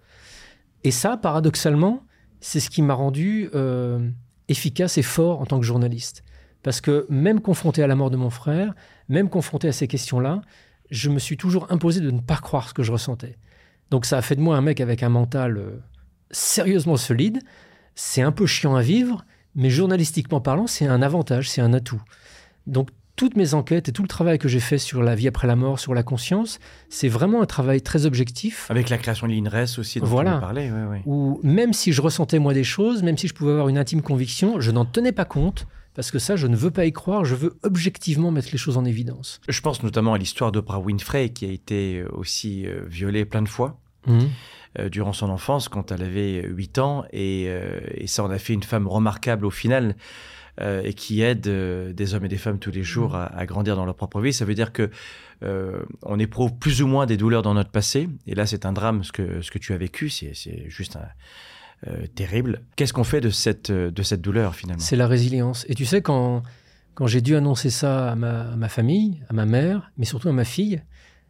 Et ça, paradoxalement, c'est ce qui m'a rendu euh, efficace et fort en tant que journaliste. Parce que même confronté à la mort de mon frère, même confronté à ces questions-là, je me suis toujours imposé de ne pas croire ce que je ressentais. Donc ça a fait de moi un mec avec un mental euh, sérieusement solide. C'est un peu chiant à vivre, mais journalistiquement parlant, c'est un avantage, c'est un atout. Donc toutes mes enquêtes et tout le travail que j'ai fait sur la vie après la mort, sur la conscience, c'est vraiment un travail très objectif. Avec la création de l'I N R E S aussi, dont voilà. tu me parlais. Ouais, ouais. Où même si je ressentais moi des choses, même si je pouvais avoir une intime conviction, je n'en tenais pas compte, parce que ça, je ne veux pas y croire, je veux objectivement mettre les choses en évidence. Je pense notamment à l'histoire d'Oprah Winfrey, qui a été aussi euh, violée plein de fois. Mmh. Euh, durant son enfance, quand elle avait huit ans, et, euh, et ça en a fait une femme remarquable au final, euh, et qui aide euh, des hommes et des femmes tous les jours à, à grandir dans leur propre vie. Ça veut dire que euh, on éprouve plus ou moins des douleurs dans notre passé, et là c'est un drame ce que, ce que tu as vécu, c'est, c'est juste un, euh, terrible. Qu'est-ce qu'on fait de cette, de cette douleur finalement ? C'est la résilience. Et tu sais, quand, quand j'ai dû annoncer ça à ma, à ma famille, à ma mère, mais surtout à ma fille,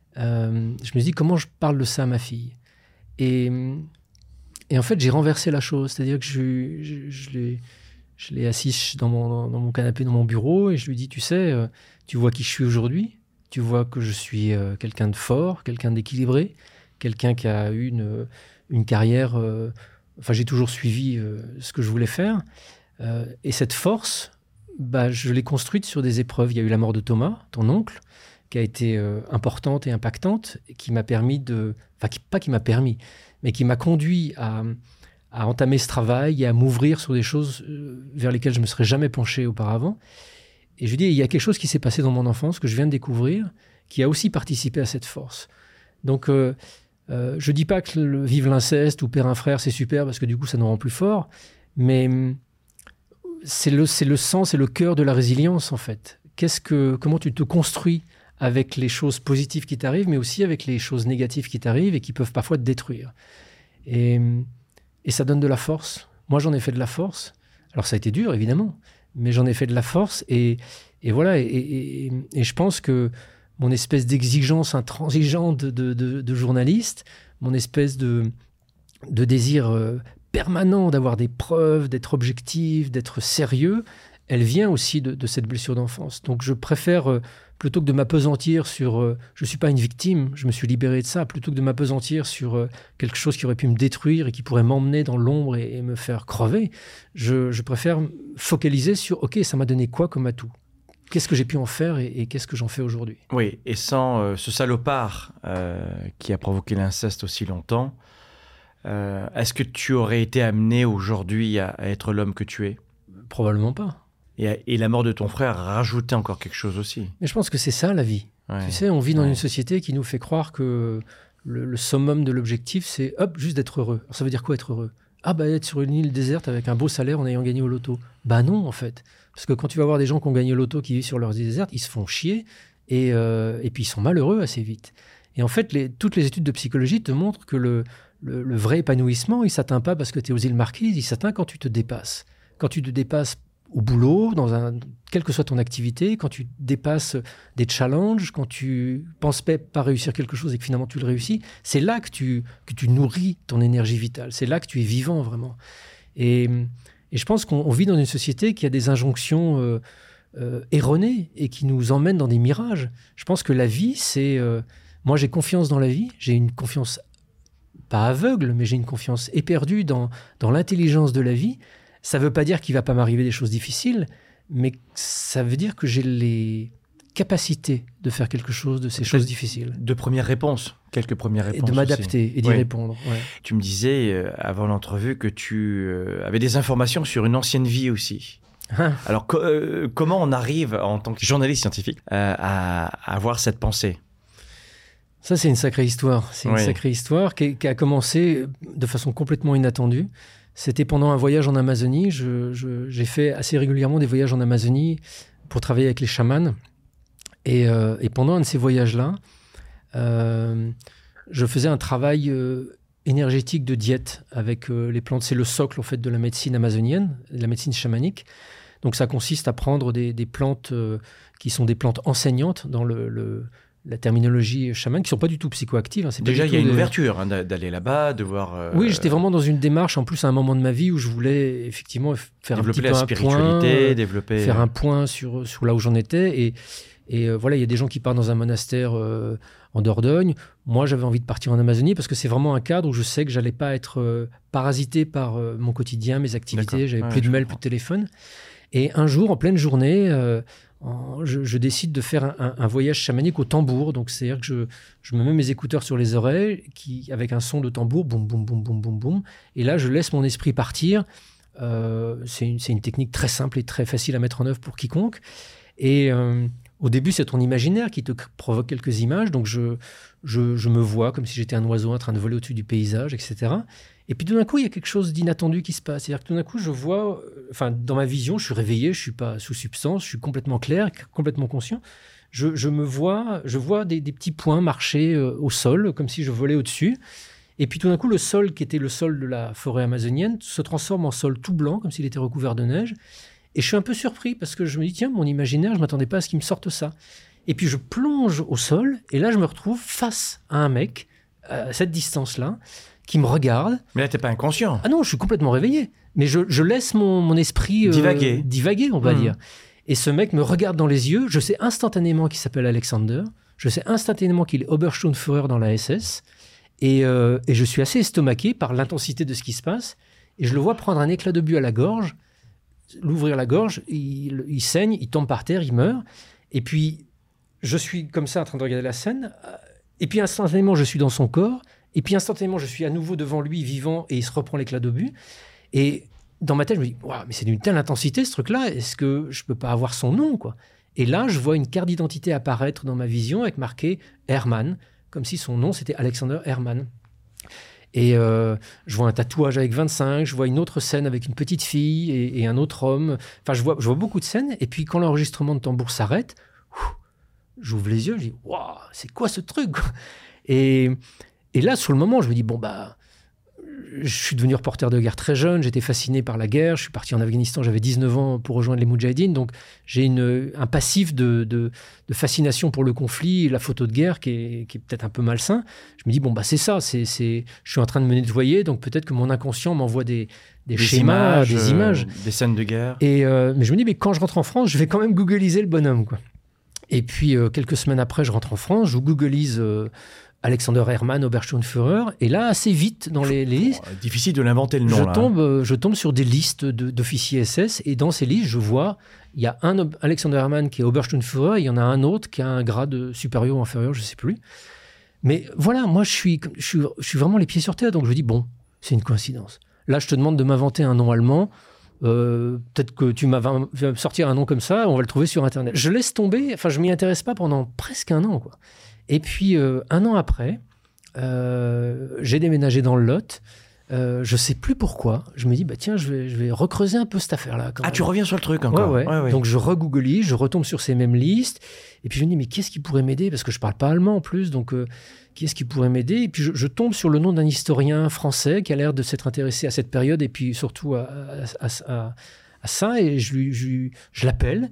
euh, je me dis comment je parle de ça à ma fille. Et, et en fait, j'ai renversé la chose. C'est-à-dire que je, je, je, l'ai, je l'ai assise dans mon, dans mon canapé, dans mon bureau, et je lui dis, tu sais, euh, tu vois qui je suis aujourd'hui, tu vois que je suis euh, quelqu'un de fort, quelqu'un d'équilibré, quelqu'un qui a eu une, une carrière... Euh, enfin, j'ai toujours suivi euh, ce que je voulais faire. Euh, et cette force, bah, je l'ai construite sur des épreuves. Il y a eu la mort de Thomas, ton oncle, qui a été euh, importante et impactante, et qui m'a permis de... Enfin, qui, pas qui m'a permis, mais qui m'a conduit à, à entamer ce travail et à m'ouvrir sur des choses euh, vers lesquelles je ne me serais jamais penché auparavant. Et je lui dis, il y a quelque chose qui s'est passé dans mon enfance, que je viens de découvrir, qui a aussi participé à cette force. Donc, euh, euh, je ne dis pas que le, vive l'inceste ou père un frère, c'est super, parce que du coup, ça nous rend plus forts, mais c'est le, c'est le sens et le cœur de la résilience, en fait. Qu'est-ce que, comment tu te construis avec les choses positives qui t'arrivent, mais aussi avec les choses négatives qui t'arrivent et qui peuvent parfois te détruire. Et, et ça donne de la force. Moi, j'en ai fait de la force. Alors, ça a été dur, évidemment, mais j'en ai fait de la force. Et, et voilà, et, et, et je pense que mon espèce d'exigence intransigeante de, de, de, de journaliste, mon espèce de, de désir euh, permanent d'avoir des preuves, d'être objectif, d'être sérieux, elle vient aussi de, de cette blessure d'enfance. Donc, je préfère... Euh, plutôt que de m'apesantir sur... Euh, je ne suis pas une victime, je me suis libéré de ça. Plutôt que de m'apesantir sur euh, quelque chose qui aurait pu me détruire et qui pourrait m'emmener dans l'ombre et, et me faire crever, je, je préfère focaliser sur, OK, ça m'a donné quoi comme atout ? Qu'est-ce que j'ai pu en faire et, et qu'est-ce que j'en fais aujourd'hui ? Oui, et sans euh, ce salopard euh, qui a provoqué l'inceste aussi longtemps, euh, est-ce que tu aurais été amené aujourd'hui à, à être l'homme que tu es ? Probablement pas. Et, et la mort de ton frère a rajouté encore quelque chose aussi. Mais je pense que c'est ça la vie. Ouais. Tu sais, on vit dans Ouais. une société qui nous fait croire que le, le summum de l'objectif, c'est hop, juste d'être heureux. Alors ça veut dire quoi être heureux ? Ah bah être sur une île déserte avec un beau salaire en ayant gagné au loto. Bah non en fait. Parce que quand tu vas voir des gens qui ont gagné au loto, qui vivent sur leurs îles désertes, ils se font chier et, euh, et puis ils sont malheureux assez vite. Et en fait, les, toutes les études de psychologie te montrent que le, le, le vrai épanouissement, il ne s'atteint pas parce que tu es aux îles Marquises, il s'atteint quand tu te dépasses. Quand tu te dépasses au boulot, dans un, quelle que soit ton activité, quand tu dépasses des challenges, quand tu penses pas, pas réussir quelque chose et que finalement tu le réussis, c'est là que tu, que tu nourris ton énergie vitale. C'est là que tu es vivant vraiment. Et, et je pense qu'on on vit dans une société qui a des injonctions euh, euh, erronées et qui nous emmènent dans des mirages. Je pense que la vie, c'est... Euh, moi, j'ai confiance dans la vie, j'ai une confiance pas aveugle, mais j'ai une confiance éperdue dans, dans l'intelligence de la vie. Ça ne veut pas dire qu'il ne va pas m'arriver des choses difficiles, mais ça veut dire que j'ai les capacités de faire quelque chose de ces choses difficiles. De premières réponses, quelques premières réponses. Et de m'adapter aussi. et d'y Oui. répondre. Ouais. Tu me disais euh, avant l'entrevue que tu euh, avais des informations sur une ancienne vie aussi. Ah. Alors, co- euh, comment on arrive en tant que journaliste scientifique euh, à, à avoir cette pensée ? Ça, c'est une sacrée histoire. C'est une Oui. sacrée histoire qui, qui a commencé de façon complètement inattendue. C'était pendant un voyage en Amazonie. Je, je, j'ai fait assez régulièrement des voyages en Amazonie pour travailler avec les chamans. Et, euh, et pendant un de ces voyages-là, euh, je faisais un travail euh, énergétique de diète avec euh, les plantes. C'est le socle en fait de la médecine amazonienne, de la médecine chamanique. Donc ça consiste à prendre des, des plantes euh, qui sont des plantes enseignantes dans le, le, la terminologie chamane, qui ne sont pas du tout psychoactives. Hein. C'est pas Déjà, du il y a tout une des- ouverture hein, d'a- d'aller là-bas, de voir. euh, Oui, j'étais vraiment dans une démarche, en plus à un moment de ma vie où je voulais effectivement f- faire un développer petit peu la un spiritualité, point, développer. faire un point sur, sur là où j'en étais. Et, et euh, voilà, il y a des gens qui partent dans un monastère euh, en Dordogne. Moi, j'avais envie de partir en Amazonie parce que c'est vraiment un cadre où je sais que j'allais pas être euh, parasité par euh, mon quotidien, mes activités. D'accord. J'avais Ouais, plus de je mails, comprends. plus de téléphone. Et un jour, en pleine journée, euh, en- je, je décide de faire un, un- un voyage chamanique au tambour. Donc, c'est-à-dire que je, je me mets mes écouteurs sur les oreilles qui, avec un son de tambour, boum, boum, boum, boum, boum, boum. Et là, je laisse mon esprit partir. Euh, c'est une, c'est une technique très simple et très facile à mettre en œuvre pour quiconque. Et euh, au début, c'est ton imaginaire qui te cr- provoque quelques images. Donc, je, je, je me vois comme si j'étais un oiseau en train de voler au-dessus du paysage, et cetera. Et puis, tout d'un coup, il y a quelque chose d'inattendu qui se passe. C'est-à-dire que tout d'un coup, je vois... euh, Enfin, dans ma vision, je suis réveillé, je ne suis pas sous substance, je suis complètement clair, complètement conscient. Je, je me vois, je vois des, des petits points marcher euh, au sol, comme si je volais au-dessus. Et puis, tout d'un coup, le sol, qui était le sol de la forêt amazonienne, se transforme en sol tout blanc, comme s'il était recouvert de neige. Et je suis un peu surpris, parce que je me dis, tiens, mon imaginaire, je ne m'attendais pas à ce qu'il me sorte ça. Et puis, je plonge au sol, et là, je me retrouve face à un mec, à cette distance-là, qui me regarde. Mais là, t'es pas inconscient. Ah non, je suis complètement réveillé. Mais je, je laisse mon, mon esprit euh, Divaguer. divaguer, on va Mhm. dire. Et ce mec me regarde dans les yeux. Je sais instantanément qu'il s'appelle Alexander. Je sais instantanément qu'il est Obersturmführer dans la S S. Et, euh, et je suis assez estomaqué par l'intensité de ce qui se passe. Et je le vois prendre un éclat d'obus à la gorge, l'ouvrir la gorge, il, il saigne, il tombe par terre, il meurt. Et puis, je suis comme ça en train de regarder la scène. Et puis, instantanément, je suis dans son corps. Et puis, instantanément, je suis à nouveau devant lui, vivant, et il se reprend l'éclat d'obus. Et dans ma tête, je me dis, waouh, mais c'est d'une telle intensité, ce truc-là, est-ce que je peux pas avoir son nom, quoi? Et là, je vois une carte d'identité apparaître dans ma vision avec marqué Hermann, comme si son nom, c'était Alexander Hermann. Et euh, je vois un tatouage avec vingt-cinq, je vois une autre scène avec une petite fille et, et un autre homme. Enfin, je vois, je vois beaucoup de scènes. Et puis, quand l'enregistrement de tambour s'arrête, ouf, j'ouvre les yeux, je dis, waouh, c'est quoi ce truc, quoi? Et, et là, sur le moment, je me dis, bon, bah, je suis devenu reporter de guerre très jeune, j'étais fasciné par la guerre, je suis parti en Afghanistan, j'avais dix-neuf ans pour rejoindre les Moudjahidines, donc j'ai une, un passif de, de, de fascination pour le conflit et la photo de guerre qui est, qui est peut-être un peu malsain. Je me dis, bon, bah c'est ça, c'est, c'est, je suis en train de me nettoyer, donc peut-être que mon inconscient m'envoie des, des, Des schémas, images, des euh, images. des scènes de guerre. Et, euh, mais je me dis, mais quand je rentre en France, je vais quand même googliser le bonhomme, quoi. Et puis, euh, quelques semaines après, je rentre en France, je googlise euh, Alexander Hermann, Obersturmführer, et là, assez vite, dans les, les listes, Oh, difficile de l'inventer le nom. je, là. tombe, euh, je tombe sur des listes de- d'officiers S S, et dans ces listes, je vois, il y a un Ob- Alexander Hermann qui est Obersturmführer, et il y en a un autre qui a un grade supérieur ou inférieur, je ne sais plus. Mais voilà, moi, je suis, je, suis, je suis vraiment les pieds sur terre, donc je dis, bon, c'est une coïncidence. Là, je te demande de m'inventer un nom allemand. Euh, peut-être que tu m'as vas me sortir un nom comme ça, on va le trouver sur Internet. Je laisse tomber, enfin, je m'y intéresse pas pendant presque un an, quoi. Et puis, euh, un an après, euh, j'ai déménagé dans le Lot. Euh, je sais plus pourquoi. Je me dis, bah tiens, je vais, je vais recreuser un peu cette affaire-là. quand Ah, même. tu reviens sur le truc encore. Ouais, ouais. Ouais, ouais. Donc je re-googlise, je retombe sur ces mêmes listes, et puis je me dis, mais qu'est-ce qui pourrait m'aider? Parce que je parle pas allemand en plus, donc euh, qui est-ce qui pourrait m'aider? Et puis je, je tombe sur le nom d'un historien français qui a l'air de s'être intéressé à cette période, et puis surtout à, à, à- à- à ça, et je, lui, je, lui- je l'appelle.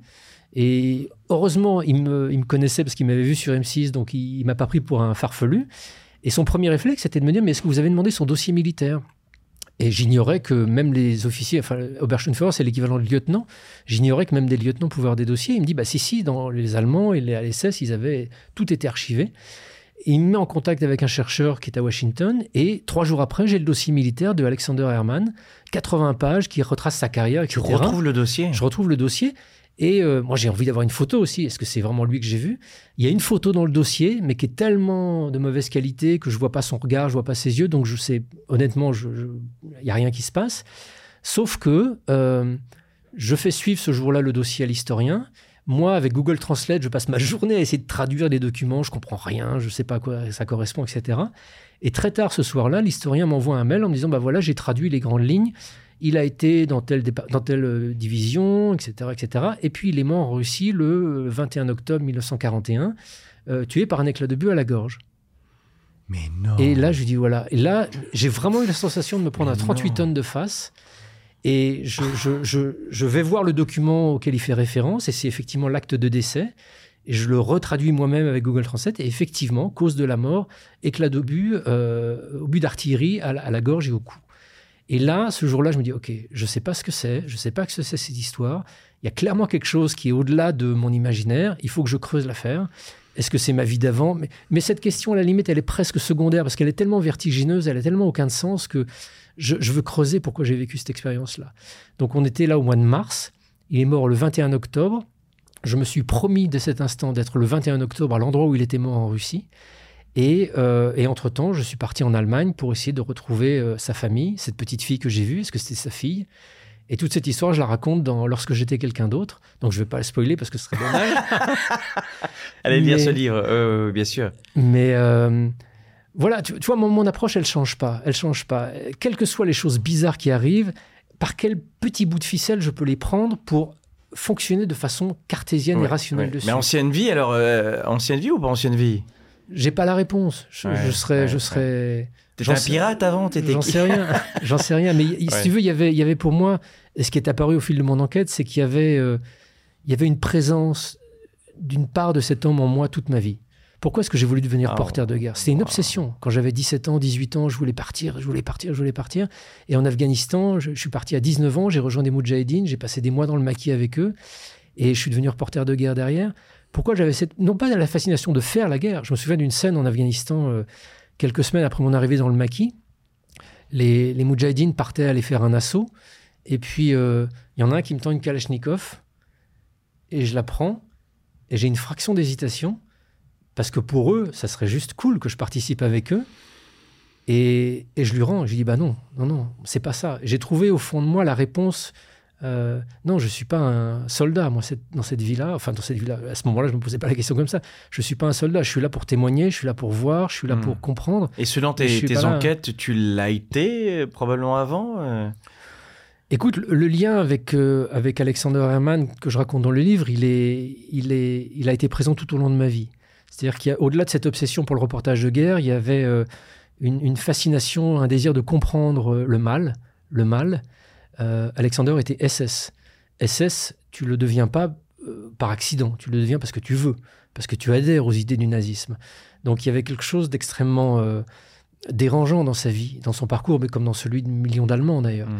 Et heureusement, il me, il me connaissait parce qu'il m'avait vu sur M six, donc il, il m'a pas pris pour un farfelu. Et son premier réflexe, c'était de me dire, mais est-ce que vous avez demandé son dossier militaire? Et j'ignorais que même les officiers, enfin, Obersturmführer, c'est l'équivalent de lieutenant. J'ignorais que même des lieutenants pouvaient avoir des dossiers. Il me dit, bah si, si, dans les Allemands et les S S, ils avaient tout été archivé. Et il me met en contact avec un chercheur qui est à Washington. Et trois jours après, j'ai le dossier militaire de Alexander Hermann, quatre-vingts pages, qui retrace sa carrière, et Tu cetera. retrouves le dossier. Je retrouve le dossier. Et euh, moi, j'ai envie d'avoir une photo aussi. Est-ce que c'est vraiment lui que j'ai vu? Il y a une photo dans le dossier, mais qui est tellement de mauvaise qualité que je vois pas son regard, je vois pas ses yeux. Donc, je sais, honnêtement, je, je- il y a rien qui se passe. Sauf que euh, je fais suivre ce jour-là le dossier à l'historien. Moi, avec Google Translate, je passe ma journée à essayer de traduire des documents. Je comprends rien, je sais pas à quoi ça correspond, et cetera. Et très tard ce soir-là, l'historien m'envoie un mail en me disant, bah voilà, j'ai traduit les grandes lignes. Il a été dans telle, dépa- dans telle euh, division, et cetera, et cetera. Et puis, il est mort en Russie le euh, vingt et un octobre mille neuf cent quarante et un, euh, tué par un éclat de but à la gorge. Mais non. Et là, je lui dis, voilà. Et là, j'ai vraiment eu la sensation de me prendre Mais à trente-huit non. tonnes de face. Et je, je, je, je vais voir le document auquel il fait référence, et c'est effectivement l'acte de décès. Et je le retraduis moi-même avec Google Translate. Et effectivement, cause de la mort, éclat d'obus, euh, obus d'artillerie à, la- à la gorge et au cou. Et là, ce jour-là, je me dis, OK, je ne sais pas ce que c'est, je ne sais pas ce que c'est cette histoire. Il y a clairement quelque chose qui est au-delà de mon imaginaire. Il faut que je creuse l'affaire. Est-ce que c'est ma vie d'avant? mais, mais cette question, à la limite, elle est presque secondaire parce qu'elle est tellement vertigineuse, elle a tellement aucun sens que je, je veux creuser pourquoi j'ai vécu cette expérience-là. Donc, on était là au mois de mars. Il est mort le vingt et un octobre. Je me suis promis dès cet instant d'être le vingt et un octobre à l'endroit où il était mort en Russie. Et, euh, et entre-temps, je suis parti en Allemagne pour essayer de retrouver euh, sa famille, cette petite fille que j'ai vue. Est-ce que c'était sa fille? Et toute cette histoire, je la raconte dans Lorsque j'étais quelqu'un d'autre. Donc, je ne vais pas la spoiler parce que ce serait dommage. Allez lire Mais- ce livre, euh, bien sûr. Mais euh, voilà, tu, tu vois, mon, mon approche, elle ne change pas. Elle change pas. Quelles que soient les choses bizarres qui arrivent, par quel petit bout de ficelle je peux les prendre pour fonctionner de façon cartésienne et Ouais, rationnelle ouais. dessus. Mais ancienne vie, alors, euh, ancienne vie ou pas ancienne vie? J'ai pas la réponse. Je, Ouais, je serais, ouais, je serais. T'étais J'en un sais- pirate avant? T'étais J'en qui? sais rien. J'en sais rien. Mais y- y- Ouais. si tu veux, il y avait, il y avait pour moi, et ce qui est apparu au fil de mon enquête, c'est qu'il y avait, euh, il y avait une présence d'une part de cet homme en moi toute ma vie. Pourquoi est-ce que j'ai voulu devenir Oh. porteur de guerre? C'était une Wow. obsession. Quand j'avais dix-sept ans, dix-huit ans, je voulais partir, je voulais partir, je voulais partir. Et en Afghanistan, je, je suis parti à dix-neuf ans, j'ai rejoint des Moudjahidines, j'ai passé des mois dans le maquis avec eux, et je suis devenu reporter de guerre derrière. Pourquoi j'avais cette... Non pas la fascination de faire la guerre. Je me souviens d'une scène en Afghanistan, euh, quelques semaines après mon arrivée dans le maquis. Les, les Moudjahidines partaient aller faire un assaut. Et puis, euh, il y en a un qui me tend une Kalachnikov. Et je la prends. Et j'ai une fraction d'hésitation. Parce que pour eux, ça serait juste cool que je participe avec eux. Et, et je lui rends. Je lui dis, bah non, non, non, c'est pas ça. J'ai trouvé au fond de moi la réponse... Euh, non, je ne suis pas un soldat, moi, cette- dans cette vie-là. Enfin, dans cette vie-là, à ce moment-là, je ne me posais pas la question comme ça. Je ne suis pas un soldat. Je suis là pour témoigner, je suis là pour voir, je suis là Hmm. pour comprendre. Et selon Je tes, suis tes pas là. enquêtes, tu l'as été euh, probablement avant euh Écoute, le, le lien avec, euh, avec Alexander Hermann que je raconte dans le livre, il, est, il, est, il a été présent tout au long de ma vie. C'est-à-dire qu'au-delà de cette obsession pour le reportage de guerre, il y avait euh, une, une fascination, un désir de comprendre euh, le mal. Le mal. Euh, Alexander était S S. S S, tu le deviens pas euh, par accident, tu le deviens parce que tu veux, parce que tu adhères aux idées du nazisme. Donc il y avait quelque chose d'extrêmement euh, dérangeant dans sa vie, dans son parcours, mais comme dans celui de millions d'Allemands d'ailleurs. Mm.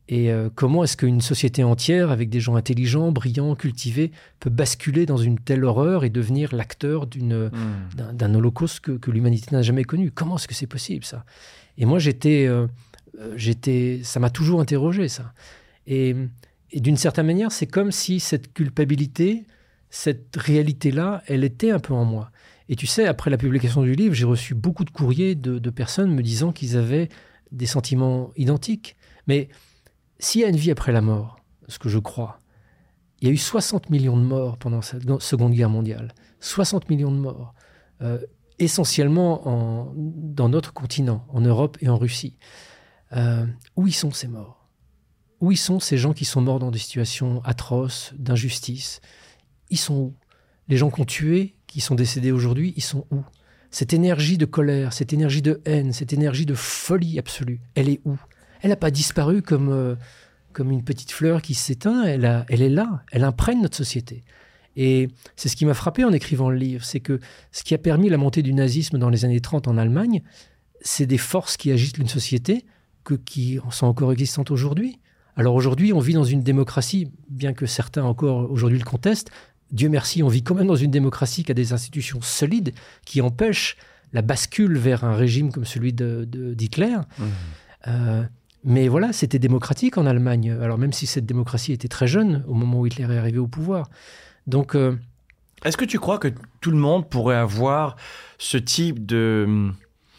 Et euh, comment est-ce qu'une société entière, avec des gens intelligents, brillants, cultivés, peut basculer dans une telle horreur et devenir l'acteur d'une, mmh. d'un, d'un holocauste que, que l'humanité n'a jamais connu? Comment est-ce que c'est possible, ça? Et moi, j'étais, euh, j'étais, ça m'a toujours interrogé, ça. Et, et d'une certaine manière, c'est comme si cette culpabilité, cette réalité-là, elle était un peu en moi. Et tu sais, après la publication du livre, j'ai reçu beaucoup de courriers de, de personnes me disant qu'ils avaient des sentiments identiques. Mais s'il y a une vie après la mort, ce que je crois, il y a eu soixante millions de morts pendant la Seconde Guerre mondiale. soixante millions de morts, euh, essentiellement en, dans notre continent, en Europe et en Russie. Euh, où y sont ces morts? Où y sont ces gens qui sont morts dans des situations atroces, d'injustice? Ils sont où? Les gens qu'on tué, qui sont décédés aujourd'hui, ils sont où? Cette énergie de colère, cette énergie de haine, cette énergie de folie absolue, elle est où? Elle n'a pas disparu comme, euh, comme une petite fleur qui s'éteint, elle, a, elle est là, elle imprègne notre société. Et c'est ce qui m'a frappé en écrivant le livre, c'est que ce qui a permis la montée du nazisme dans les années trente en Allemagne, c'est des forces qui agitent une société que, qui sont encore existantes aujourd'hui. Alors aujourd'hui, on vit dans une démocratie, bien que certains encore aujourd'hui le contestent. Dieu merci, on vit quand même dans une démocratie qui a des institutions solides qui empêchent la bascule vers un régime comme celui de, de, d'Hitler. Mmh. Euh, mais voilà, c'était démocratique en Allemagne. Alors même si cette démocratie était très jeune au moment où Hitler est arrivé au pouvoir. Donc, euh, est-ce que tu crois que tout le monde pourrait avoir ce type de hum,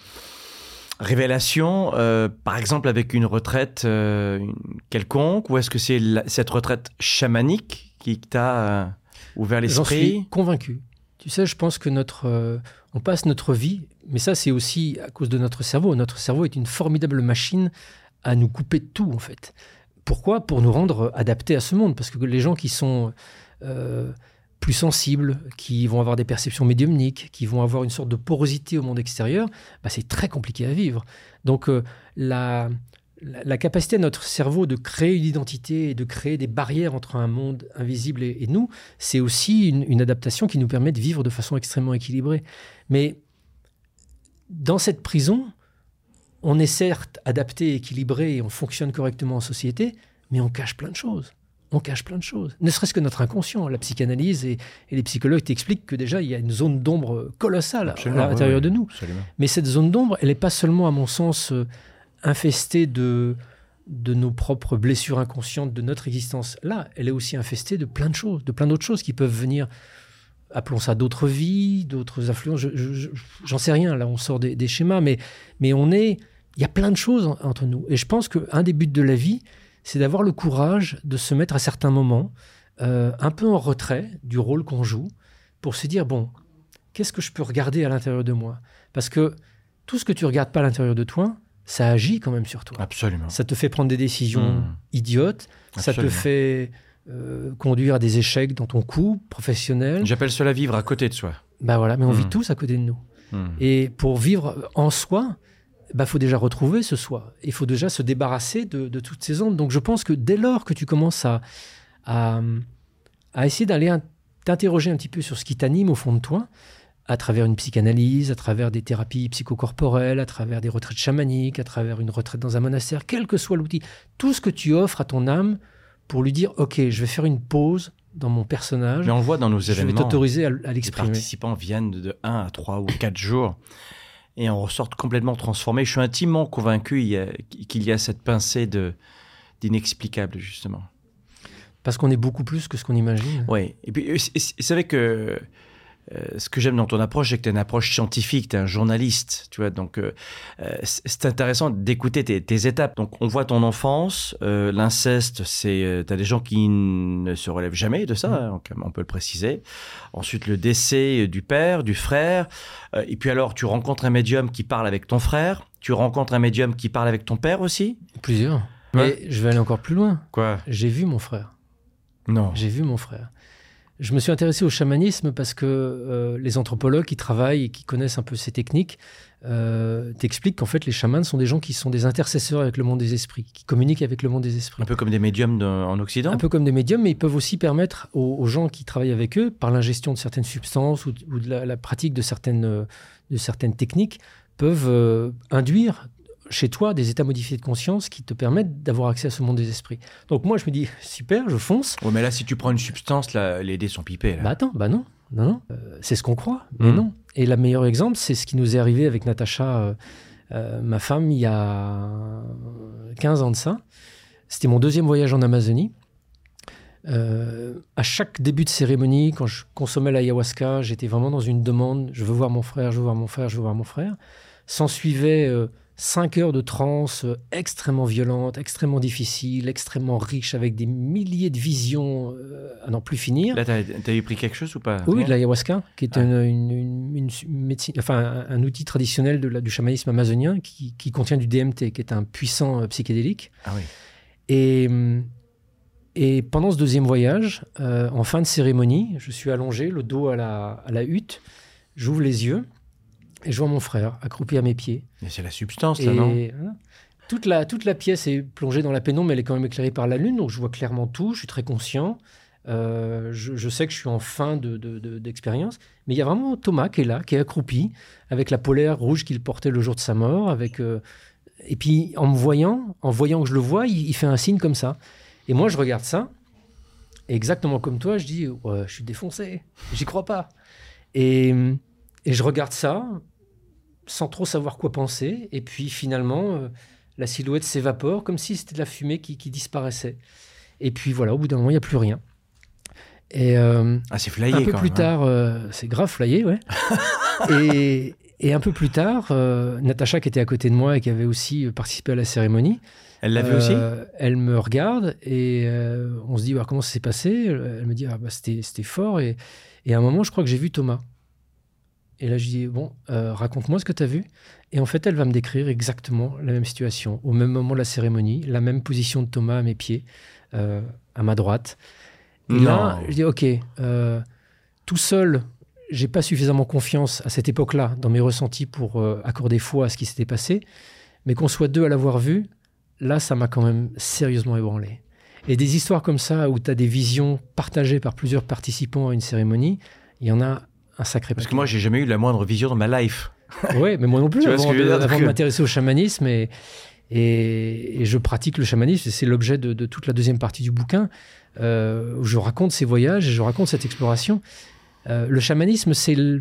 révélation, euh, par exemple avec une retraite euh, une quelconque, ou est-ce que c'est la, cette retraite chamanique qui t'a euh, ouvert l'esprit? J'en suis convaincu. Tu sais, je pense que notre, euh, on passe notre vie, mais ça c'est aussi à cause de notre cerveau. Notre cerveau est une formidable machine à nous couper de tout, en fait. Pourquoi? Pour nous rendre adaptés à ce monde. Parce que les gens qui sont euh, plus sensibles, qui vont avoir des perceptions médiumniques, qui vont avoir une sorte de porosité au monde extérieur, bah, c'est très compliqué à vivre. Donc euh, la, la, la capacité de notre cerveau de créer une identité et de créer des barrières entre un monde invisible et, et nous, c'est aussi une, une adaptation qui nous permet de vivre de façon extrêmement équilibrée. Mais dans cette prison, on est certes adapté, équilibré et on fonctionne correctement en société, mais on cache plein de choses. On cache plein de choses. Ne serait-ce que notre inconscient. La psychanalyse et, et les psychologues t'expliquent que déjà, il y a une zone d'ombre colossale absolument, à l'intérieur oui, oui, de nous. Absolument. Mais cette zone d'ombre, elle n'est pas seulement, à mon sens, euh, infestée de, de nos propres blessures inconscientes, de notre existence. Là, elle est aussi infestée de plein de choses, de plein d'autres choses qui peuvent venir, appelons ça d'autres vies, d'autres influences. Je, je, je, j'en sais rien, là, on sort des, des schémas, mais, mais on est... Il y a plein de choses entre nous. Et je pense qu'un des buts de la vie, c'est d'avoir le courage de se mettre à certains moments euh, un peu en retrait du rôle qu'on joue pour se dire, bon, qu'est-ce que je peux regarder à l'intérieur de moi? Parce que tout ce que tu ne regardes pas à l'intérieur de toi, ça agit quand même sur toi. Absolument. Ça te fait prendre des décisions mmh. idiotes. Absolument. Ça te fait euh, conduire à des échecs dans ton coup professionnel. J'appelle cela vivre à côté de soi. Ben voilà, mais on mmh. vit tous à côté de nous. Mmh. Et pour vivre en soi, il bah, faut déjà retrouver ce soi. Il faut déjà se débarrasser de, de toutes ces ondes. Donc je pense que dès lors que tu commences à, à, à essayer d'aller un, t'interroger un petit peu sur ce qui t'anime au fond de toi, à travers une psychanalyse, à travers des thérapies psychocorporelles, à travers des retraites chamaniques, à travers une retraite dans un monastère, quel que soit l'outil, tout ce que tu offres à ton âme pour lui dire « Ok, je vais faire une pause dans mon personnage. » Mais on le voit dans nos événements. Je vais t'autoriser à, à l'exprimer. Les participants viennent de un à trois ou quatre jours et on ressort complètement transformé. Je suis intimement convaincu il y a, qu'il y a cette pincée de, d'inexplicable, justement. Parce qu'on est beaucoup plus que ce qu'on imagine. Oui. Et puis, vous savez que euh, ce que j'aime dans ton approche, c'est que tu as une approche scientifique, tu es un journaliste, tu vois. Donc, euh, c'est intéressant d'écouter tes, tes étapes. Donc, on voit ton enfance, euh, l'inceste, c'est, euh, tu as des gens qui ne se relèvent jamais de ça, mmh. hein, on peut le préciser. Ensuite, le décès du père, du frère. Euh, et puis alors, tu rencontres un médium qui parle avec ton frère. Tu rencontres un médium qui parle avec ton père aussi. Plusieurs. Ouais. Mais je vais aller encore plus loin. Quoi ? J'ai vu mon frère. Non. J'ai vu mon frère. Je me suis intéressé au chamanisme parce que euh, les anthropologues qui travaillent et qui connaissent un peu ces techniques euh, t'expliquent qu'en fait les chamans sont des gens qui sont des intercesseurs avec le monde des esprits, qui communiquent avec le monde des esprits. Un peu comme des médiums de, en Occident. Un peu comme des médiums, mais ils peuvent aussi permettre aux, aux gens qui travaillent avec eux, par l'ingestion de certaines substances ou de, ou de la, la pratique de certaines, de certaines techniques, peuvent euh, induire chez toi des états modifiés de conscience qui te permettent d'avoir accès à ce monde des esprits. Donc moi, je me dis, super, je fonce. Ouais, mais là, si tu prends une substance, là, les dés sont pipés. Là. Bah attends, bah non, non, non. Euh, c'est ce qu'on croit, mais mmh. non. Et le meilleur exemple, c'est ce qui nous est arrivé avec Natacha, euh, euh, ma femme, il y a quinze ans de ça. C'était mon deuxième voyage en Amazonie. Euh, à chaque début de cérémonie, quand je consommais l'ayahuasca, j'étais vraiment dans une demande, je veux voir mon frère, je veux voir mon frère, je veux voir mon frère. S'en suivait euh, cinq heures de transe euh, extrêmement violente, extrêmement difficile, extrêmement riche, avec des milliers de visions euh, à n'en plus finir. Là, t'as, t'as eu pris quelque chose ou pas? Oui, de l'ayahuasca, qui est ah. une, une, une, une médecine, enfin, un, un outil traditionnel de la, du chamanisme amazonien qui, qui contient du D M T, qui est un puissant euh, psychédélique. Ah oui. Et... Et pendant ce deuxième voyage, euh, en fin de cérémonie, je suis allongé, le dos à la, à la hutte, j'ouvre les yeux et je vois mon frère accroupi à mes pieds. Et c'est la substance, là, et, non euh, toute, la, toute la pièce est plongée dans la pénombre, mais elle est quand même éclairée par la lune, donc je vois clairement tout, je suis très conscient. Euh, je, je sais que je suis en fin de, de, de, d'expérience, mais il y a vraiment Thomas qui est là, qui est accroupi, avec la polaire rouge qu'il portait le jour de sa mort. Avec, euh, et puis, en me voyant, en voyant que je le vois, il, il fait un signe comme ça. Et moi, je regarde ça, et exactement comme toi, je dis ouais, « je suis défoncé, j'y crois pas ». Et, et je regarde ça, sans trop savoir quoi penser, et puis finalement, euh, la silhouette s'évapore, comme si c'était de la fumée qui, qui disparaissait. Et puis voilà, au bout d'un moment, il n'y a plus rien. Et, euh, ah, c'est flyé un peu quand plus même, tard, hein. euh, c'est grave flyé, ouais. et, et un peu plus tard, euh, Natacha, qui était à côté de moi et qui avait aussi participé à la cérémonie, elle l'a vu euh, aussi. Elle me regarde et euh, on se dit bah, comment ça s'est passé. Elle me dit ah, bah, c'était, c'était fort. Et, et à un moment, je crois que j'ai vu Thomas. Et là, je dis bon, euh, raconte-moi ce que tu as vu. Et en fait, elle va me décrire exactement la même situation, au même moment de la cérémonie, la même position de Thomas à mes pieds, euh, à ma droite. Et non. là, je dis ok, euh, tout seul, j'ai pas suffisamment confiance à cette époque-là dans mes ressentis pour euh, accorder foi à ce qui s'était passé. Mais qu'on soit deux à l'avoir vu, là, ça m'a quand même sérieusement ébranlé. Et des histoires comme ça, où tu as des visions partagées par plusieurs participants à une cérémonie, il y en a un sacré paquet. Parce que moi, j'ai jamais eu la moindre vision dans ma life. Oui, mais moi non plus, avant, de, avant que... de m'intéresser au chamanisme. Et, et, et je pratique le chamanisme, et c'est l'objet de, de toute la deuxième partie du bouquin, euh, où je raconte ces voyages et je raconte cette exploration. Euh, le chamanisme, c'est... Le,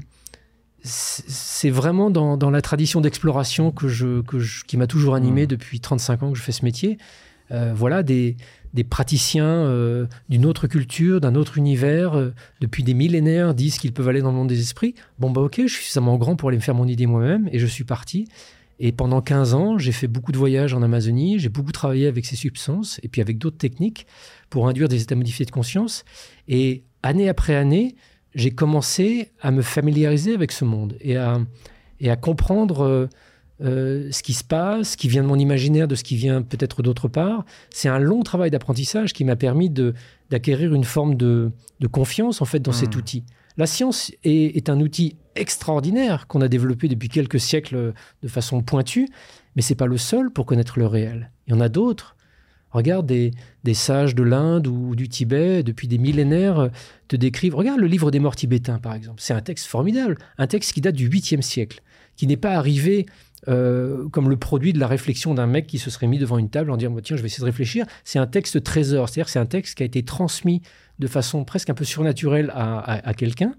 c'est vraiment dans, dans la tradition d'exploration que je, que je, qui m'a toujours animé mmh. depuis trente-cinq ans que je fais ce métier. Euh, voilà, des, des praticiens euh, d'une autre culture, d'un autre univers, euh, depuis des millénaires, disent qu'ils peuvent aller dans le monde des esprits. Bon, bah ok, je suis suffisamment grand pour aller me faire mon idée moi-même, et je suis parti. Et pendant quinze ans, j'ai fait beaucoup de voyages en Amazonie, j'ai beaucoup travaillé avec ces substances, et puis avec d'autres techniques, pour induire des états modifiés de conscience. Et année après année, j'ai commencé à me familiariser avec ce monde et à, et à comprendre euh, euh, ce qui se passe, ce qui vient de mon imaginaire, de ce qui vient peut-être d'autre part. C'est un long travail d'apprentissage qui m'a permis de, d'acquérir une forme de, de confiance en fait, dans mmh. cet outil. La science est, est un outil extraordinaire qu'on a développé depuis quelques siècles de façon pointue, mais ce n'est pas le seul pour connaître le réel. Il y en a d'autres. Regarde, des, des sages de l'Inde ou du Tibet, depuis des millénaires, te décrivent... Regarde le livre des morts tibétains, par exemple. C'est un texte formidable, un texte qui date du huitième siècle, qui n'est pas arrivé euh, comme le produit de la réflexion d'un mec qui se serait mis devant une table en disant « Tiens, je vais essayer de réfléchir ». C'est un texte trésor, c'est-à-dire que c'est un texte qui a été transmis de façon presque un peu surnaturelle à, à, à quelqu'un.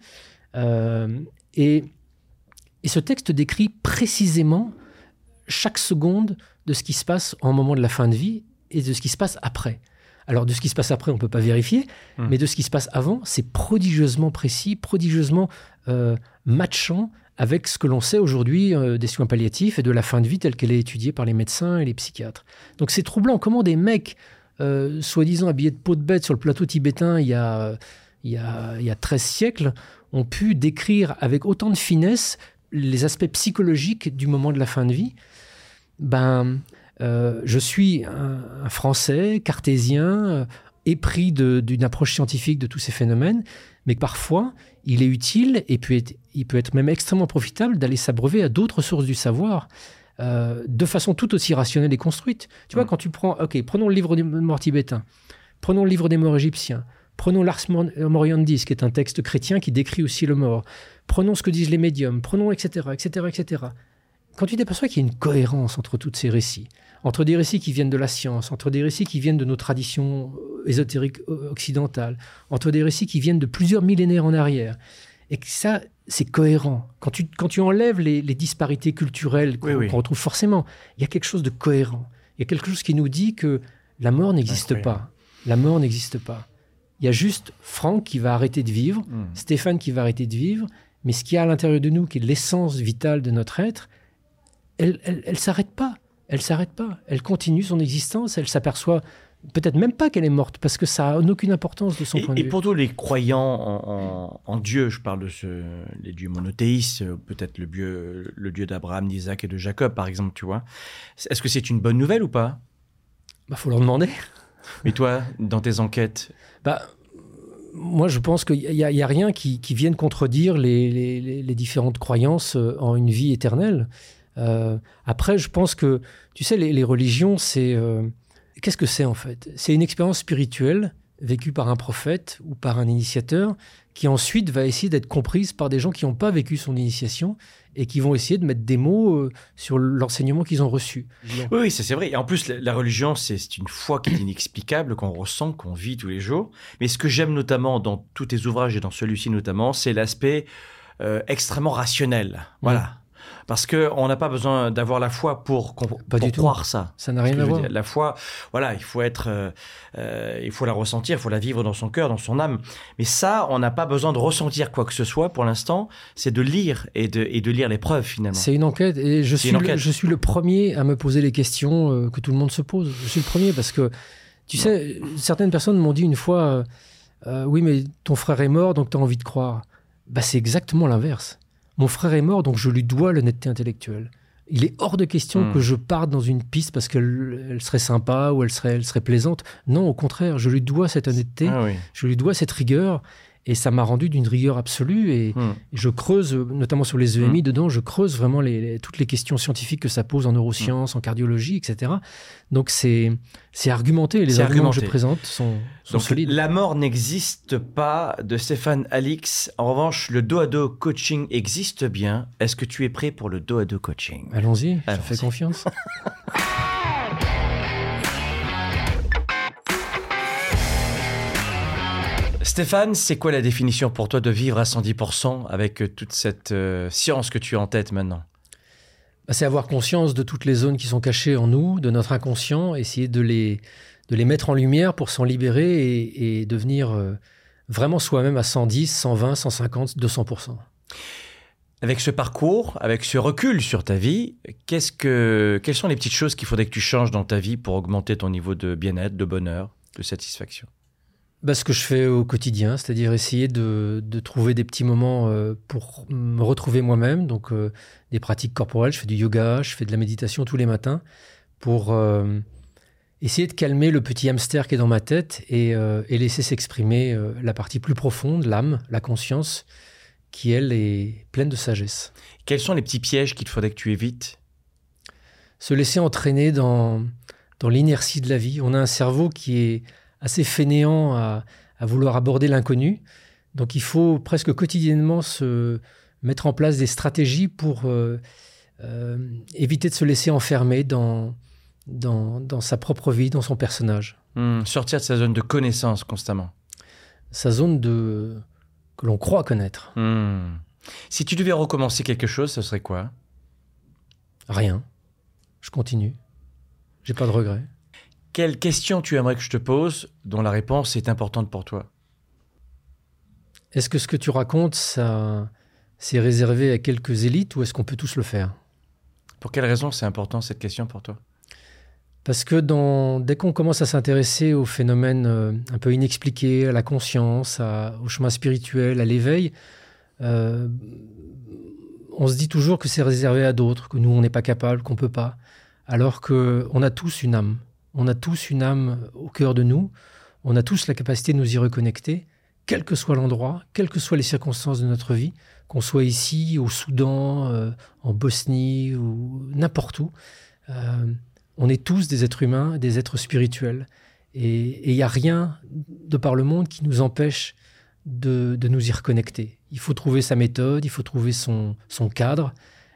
Euh, et, et ce texte décrit précisément chaque seconde de ce qui se passe au moment de la fin de vie et de ce qui se passe après. Alors, de ce qui se passe après, on ne peut pas vérifier, mmh. mais de ce qui se passe avant, c'est prodigieusement précis, prodigieusement euh, matchant avec ce que l'on sait aujourd'hui euh, des soins palliatifs et de la fin de vie telle qu'elle est étudiée par les médecins et les psychiatres. Donc, c'est troublant. Comment des mecs, euh, soi-disant habillés de peau de bête sur le plateau tibétain il y a, il y a, il y a treize siècles, ont pu décrire avec autant de finesse les aspects psychologiques du moment de la fin de vie. Ben... Euh, je suis un, un Français cartésien, euh, épris de, d'une approche scientifique de tous ces phénomènes, mais parfois, il est utile et peut être, il peut être même extrêmement profitable d'aller s'abreuver à d'autres sources du savoir, euh, de façon tout aussi rationnelle et construite. Tu mmh. vois, quand tu prends... Ok, prenons le livre des morts tibétains, prenons le livre des morts égyptiens, prenons l'Ars Moriendi, qui est un texte chrétien qui décrit aussi le mort, prenons ce que disent les médiums, prenons et cetera, et cetera, et cetera. quand tu t'aperçois qu'il y a une cohérence entre tous ces récits, entre des récits qui viennent de la science, entre des récits qui viennent de nos traditions ésotériques occidentales, entre des récits qui viennent de plusieurs millénaires en arrière, et que ça, c'est cohérent. Quand tu, quand tu enlèves les, les disparités culturelles qu'on, oui, oui. qu'on retrouve forcément, il y a quelque chose de cohérent. Il y a quelque chose qui nous dit que la mort n'existe Incroyable. pas. La mort n'existe pas. Il y a juste Franck qui va arrêter de vivre, mmh. Stéphane qui va arrêter de vivre, mais ce qu'il y a à l'intérieur de nous, qui est l'essence vitale de notre être, elle ne s'arrête pas. Elle ne s'arrête pas. Elle continue son existence. Elle s'aperçoit peut-être même pas qu'elle est morte, parce que ça n'a aucune importance de son et, point de et vue. Et pour tous les croyants en, en, en Dieu, je parle de ce, les dieux monothéistes, peut-être le dieu, le dieu d'Abraham, d'Isaac et de Jacob, par exemple, tu vois. Est-ce que c'est une bonne nouvelle ou pas ? Bah, faut leur demander. Mais toi, dans tes enquêtes bah, moi, je pense qu'il n'y a, a rien qui, qui vienne contredire les, les, les différentes croyances en une vie éternelle. Euh, après, je pense que, tu sais, les, les religions, c'est... Euh, qu'est-ce que c'est, en fait ? C'est une expérience spirituelle vécue par un prophète ou par un initiateur qui, ensuite, va essayer d'être comprise par des gens qui n'ont pas vécu son initiation et qui vont essayer de mettre des mots euh, sur l'enseignement qu'ils ont reçu. Oui, oui, ça, c'est vrai. Et en plus, la, la religion, c'est, c'est une foi qui est inexplicable, qu'on ressent, qu'on vit tous les jours. Mais ce que j'aime notamment dans tous tes ouvrages et dans celui-ci notamment, c'est l'aspect euh, extrêmement rationnel. Voilà. Mmh. Parce qu'on n'a pas besoin d'avoir la foi pour, pour croire tout. ça. Ça n'a rien à voir. La foi, voilà, il faut être, euh, euh, il faut la ressentir, il faut la vivre dans son cœur, dans son âme. Mais ça, on n'a pas besoin de ressentir quoi que ce soit pour l'instant. C'est de lire et de, et de lire les preuves finalement. C'est une enquête et je suis, le, je suis le premier à me poser les questions euh, que tout le monde se pose. Je suis le premier parce que, tu sais, certaines personnes m'ont dit une fois, euh, euh, oui, mais ton frère est mort, donc tu as envie de croire. Bah, c'est exactement l'inverse. Mon frère est mort, donc je lui dois l'honnêteté intellectuelle. Il est hors de question mmh. que je parte dans une piste parce qu'elle elle serait sympa ou elle serait, elle serait plaisante. Non, au contraire, je lui dois cette honnêteté, ah oui. je lui dois cette rigueur. Et ça m'a rendu d'une rigueur absolue. Et, mmh. et je creuse, notamment sur les E M I, mmh. dedans, je creuse vraiment les, les, toutes les questions scientifiques que ça pose en neurosciences, mmh. en cardiologie, et cetera. Donc c'est, c'est argumenté. Et les c'est arguments argumenté. que je présente sont, sont Donc, solides. La mort n'existe pas de Stéphane Alix. En revanche, le dos à dos coaching existe bien. Est-ce que tu es prêt pour le dos à dos coaching ? Allons-y, Allons-y. je fais confiance. Stéphane, c'est quoi la définition pour toi de vivre à cent dix pour cent avec toute cette euh, science que tu as en tête maintenant ? Bah, c'est avoir conscience de toutes les zones qui sont cachées en nous, de notre inconscient, essayer de les, de les mettre en lumière pour s'en libérer et, et devenir euh, vraiment soi-même à cent dix, cent vingt, cent cinquante, deux cents pour cent. Avec ce parcours, avec ce recul sur ta vie, qu'est-ce que, quelles sont les petites choses qu'il faudrait que tu changes dans ta vie pour augmenter ton niveau de bien-être, de bonheur, de satisfaction ? Bah, ce que je fais au quotidien, c'est-à-dire essayer de, de trouver des petits moments euh, pour me retrouver moi-même. Donc, euh, des pratiques corporelles, je fais du yoga, je fais de la méditation tous les matins pour euh, essayer de calmer le petit hamster qui est dans ma tête et, euh, et laisser s'exprimer euh, la partie plus profonde, l'âme, la conscience, qui, elle, est pleine de sagesse. Quels sont les petits pièges qu'il faudrait que tu évites ? Se laisser entraîner dans, dans l'inertie de la vie. On a un cerveau qui est assez fainéant à, à vouloir aborder l'inconnu. Donc, il faut presque quotidiennement se mettre en place des stratégies pour euh, euh, éviter de se laisser enfermer dans, dans, dans sa propre vie, dans son personnage. Mmh, sortir de sa zone de connaissance constamment. Sa zone de... que l'on croit connaître. Mmh. Si tu devais recommencer quelque chose, ce serait quoi ? Rien. Je continue. J'ai pas de regrets. Quelle question tu aimerais que je te pose dont la réponse est importante pour toi ? Est-ce que ce que tu racontes, ça, c'est réservé à quelques élites ou est-ce qu'on peut tous le faire ? Pour quelle raison c'est important cette question pour toi ? Parce que dans, dès qu'on commence à s'intéresser aux phénomènes euh, un peu inexpliqués, à la conscience, à, au chemin spirituel, à l'éveil, euh, on se dit toujours que c'est réservé à d'autres, que nous, on n'est pas capable, qu'on ne peut pas. Alors qu'on a tous une âme. On a tous une âme au cœur de nous. On a tous la capacité de nous y reconnecter, quel que soit l'endroit, quelles que soient les circonstances de notre vie, qu'on soit ici, au Soudan, euh, en Bosnie ou n'importe où. Euh, on est tous des êtres humains, des êtres spirituels. Et il n'y a rien de par le monde qui nous empêche de, de nous y reconnecter. Il faut trouver sa méthode, il faut trouver son, son cadre.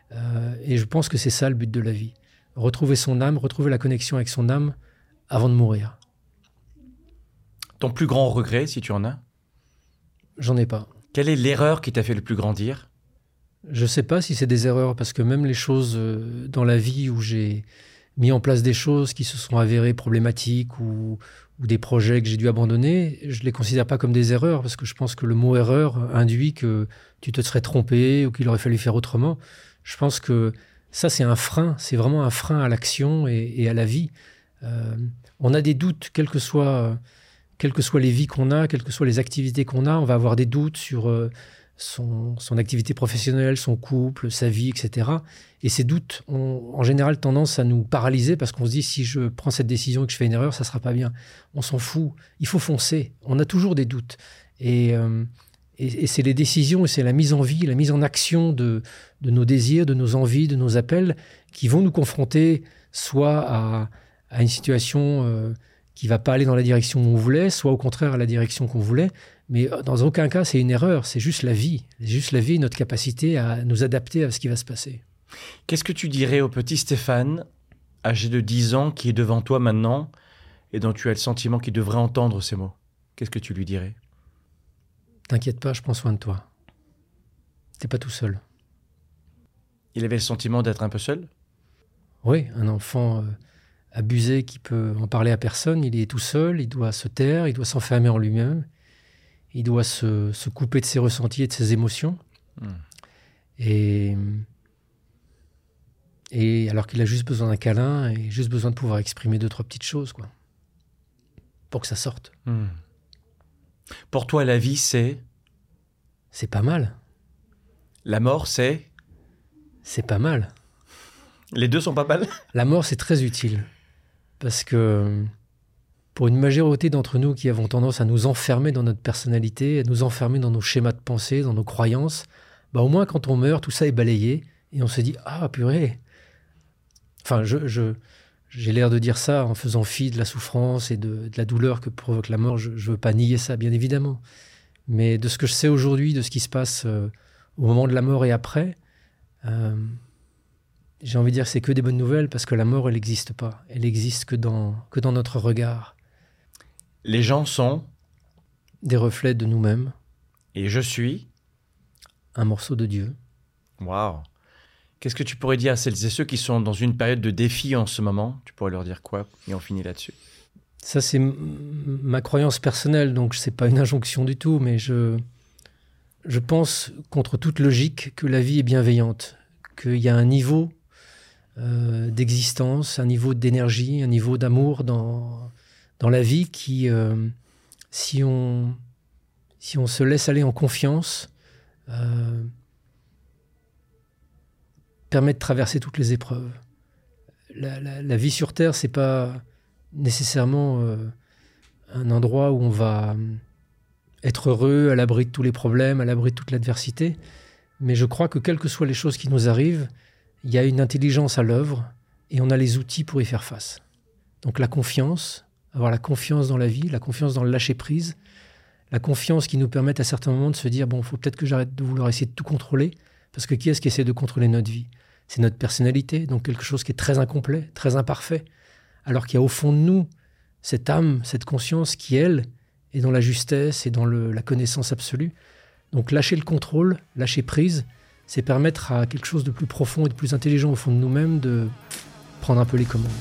Euh, et je pense que c'est ça le but de la vie. Retrouver son âme, retrouver la connexion avec son âme avant de mourir. Ton plus grand regret, si tu en as? J'en ai pas. Quelle est l'erreur qui t'a fait le plus grandir? Je sais pas si c'est des erreurs, parce que même les choses euh, dans la vie où j'ai mis en place des choses qui se sont avérées problématiques ou, ou des projets que j'ai dû abandonner, je les considère pas comme des erreurs, parce que je pense que le mot erreur induit que tu te serais trompé ou qu'il aurait fallu faire autrement. Je pense que ça, c'est un frein, c'est vraiment un frein à l'action et, et à la vie. Euh, on a des doutes, quelles que soient, quelles que soient les vies qu'on a, quelles que soient les activités qu'on a, on va avoir des doutes sur euh, son, son activité professionnelle, son couple, sa vie, et cetera. Et ces doutes ont en général tendance à nous paralyser parce qu'on se dit, si je prends cette décision et que je fais une erreur, ça ne sera pas bien. On s'en fout, il faut foncer. On a toujours des doutes. Et... Euh, Et, et c'est les décisions et c'est la mise en vie, la mise en action de, de nos désirs, de nos envies, de nos appels qui vont nous confronter soit à, à une situation euh, qui ne va pas aller dans la direction où on voulait, soit au contraire à la direction qu'on voulait. Mais dans aucun cas, c'est une erreur. C'est juste la vie. C'est juste la vie, notre capacité à nous adapter à ce qui va se passer. Qu'est-ce que tu dirais au petit Stéphane, âgé de dix ans, qui est devant toi maintenant et dont tu as le sentiment qu'il devrait entendre ces mots? Qu'est-ce que tu lui dirais? T'inquiète pas, je prends soin de toi. T'es pas tout seul. Il avait le sentiment d'être un peu seul? Oui, un enfant euh, abusé qui peut en parler à personne, il est tout seul, il doit se taire, il doit s'enfermer en lui-même, il doit se, se couper de ses ressentis et de ses émotions. Mmh. Et, et alors qu'il a juste besoin d'un câlin et juste besoin de pouvoir exprimer deux, trois petites choses, quoi, pour que ça sorte. Mmh. Pour toi, la vie, c'est? C'est pas mal. La mort, c'est? C'est pas mal. Les deux sont pas mal? La mort, c'est très utile. Parce que pour une majorité d'entre nous qui avons tendance à nous enfermer dans notre personnalité, à nous enfermer dans nos schémas de pensée, dans nos croyances, bah au moins quand on meurt, tout ça est balayé et on se dit « Ah, purée !» Enfin, je... je J'ai l'air de dire ça en faisant fi de la souffrance et de, de la douleur que provoque la mort. Je ne veux pas nier ça, bien évidemment. Mais de ce que je sais aujourd'hui, de ce qui se passe euh, au moment de la mort et après, euh, j'ai envie de dire que c'est que des bonnes nouvelles parce que la mort, elle n'existe pas. Elle n'existe que dans, que dans notre regard. Les gens sont? Des reflets de nous-mêmes. Et je suis? Un morceau de Dieu. Waouh! Qu'est-ce que tu pourrais dire à celles et ceux qui sont dans une période de défi en ce moment? Tu pourrais leur dire quoi? Et on finit là-dessus. Ça, c'est m- ma croyance personnelle, donc ce n'est pas une injonction du tout, mais je, je pense, contre toute logique, que la vie est bienveillante, qu'il y a un niveau euh, d'existence, un niveau d'énergie, un niveau d'amour dans, dans la vie qui, euh, si, on, si on se laisse aller en confiance, euh, permet de traverser toutes les épreuves. La, la, la vie sur Terre, c'est pas nécessairement euh, un endroit où on va être heureux, à l'abri de tous les problèmes, à l'abri de toute l'adversité. Mais je crois que quelles que soient les choses qui nous arrivent, il y a une intelligence à l'œuvre et on a les outils pour y faire face. Donc la confiance, avoir la confiance dans la vie, la confiance dans le lâcher-prise, la confiance qui nous permet à certains moments de se dire « bon, il faut peut-être que j'arrête de vouloir essayer de tout contrôler », parce que qui est-ce qui essaie de contrôler notre vie? C'est notre personnalité, donc quelque chose qui est très incomplet, très imparfait. Alors qu'il y a au fond de nous cette âme, cette conscience qui, elle, est dans la justesse et dans le, la connaissance absolue. Donc lâcher le contrôle, lâcher prise, c'est permettre à quelque chose de plus profond et de plus intelligent au fond de nous-mêmes de prendre un peu les commandes.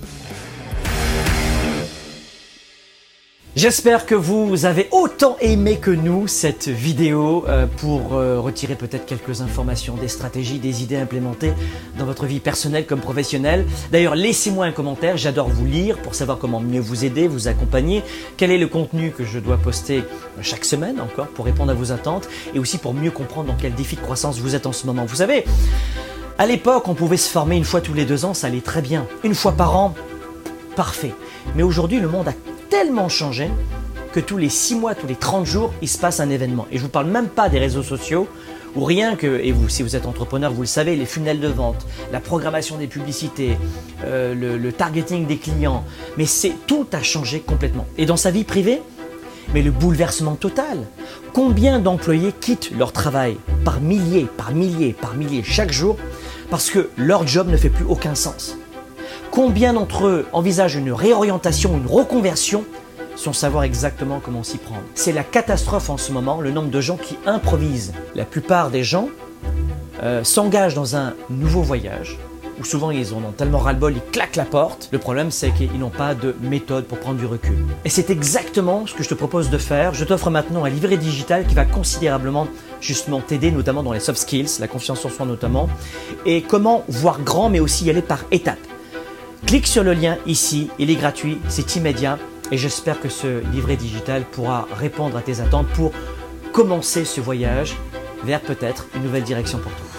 J'espère que vous avez autant aimé que nous cette vidéo euh, pour euh, retirer peut-être quelques informations, des stratégies, des idées implémentées dans votre vie personnelle comme professionnelle. D'ailleurs, laissez-moi un commentaire, j'adore vous lire pour savoir comment mieux vous aider, vous accompagner, quel est le contenu que je dois poster chaque semaine encore pour répondre à vos attentes et aussi pour mieux comprendre dans quel défi de croissance vous êtes en ce moment. Vous savez, à l'époque, on pouvait se former une fois tous les deux ans, ça allait très bien. Une fois par an, parfait. Mais aujourd'hui, le monde a tellement changé que tous les six mois, tous les trente jours, il se passe un événement. Et je ne vous parle même pas des réseaux sociaux ou rien que, et vous, si vous êtes entrepreneur, vous le savez, les funnels de vente, la programmation des publicités, euh, le, le targeting des clients. Mais c'est, tout a changé complètement. Et dans sa vie privée, mais le bouleversement total. Combien d'employés quittent leur travail par milliers, par milliers, par milliers chaque jour parce que leur job ne fait plus aucun sens. Combien d'entre eux envisagent une réorientation, une reconversion, sans savoir exactement comment s'y prendre? C'est la catastrophe en ce moment, le nombre de gens qui improvisent. La plupart des gens euh, s'engagent dans un nouveau voyage, où souvent ils en ont tellement ras-le-bol, ils claquent la porte. Le problème, c'est qu'ils n'ont pas de méthode pour prendre du recul. Et c'est exactement ce que je te propose de faire. Je t'offre maintenant un livret digital qui va considérablement justement t'aider, notamment dans les soft skills, la confiance en soi notamment, et comment voir grand, mais aussi y aller par étapes. Clique sur le lien ici, il est gratuit, c'est immédiat, et j'espère que ce livret digital pourra répondre à tes attentes pour commencer ce voyage vers peut-être une nouvelle direction pour toi.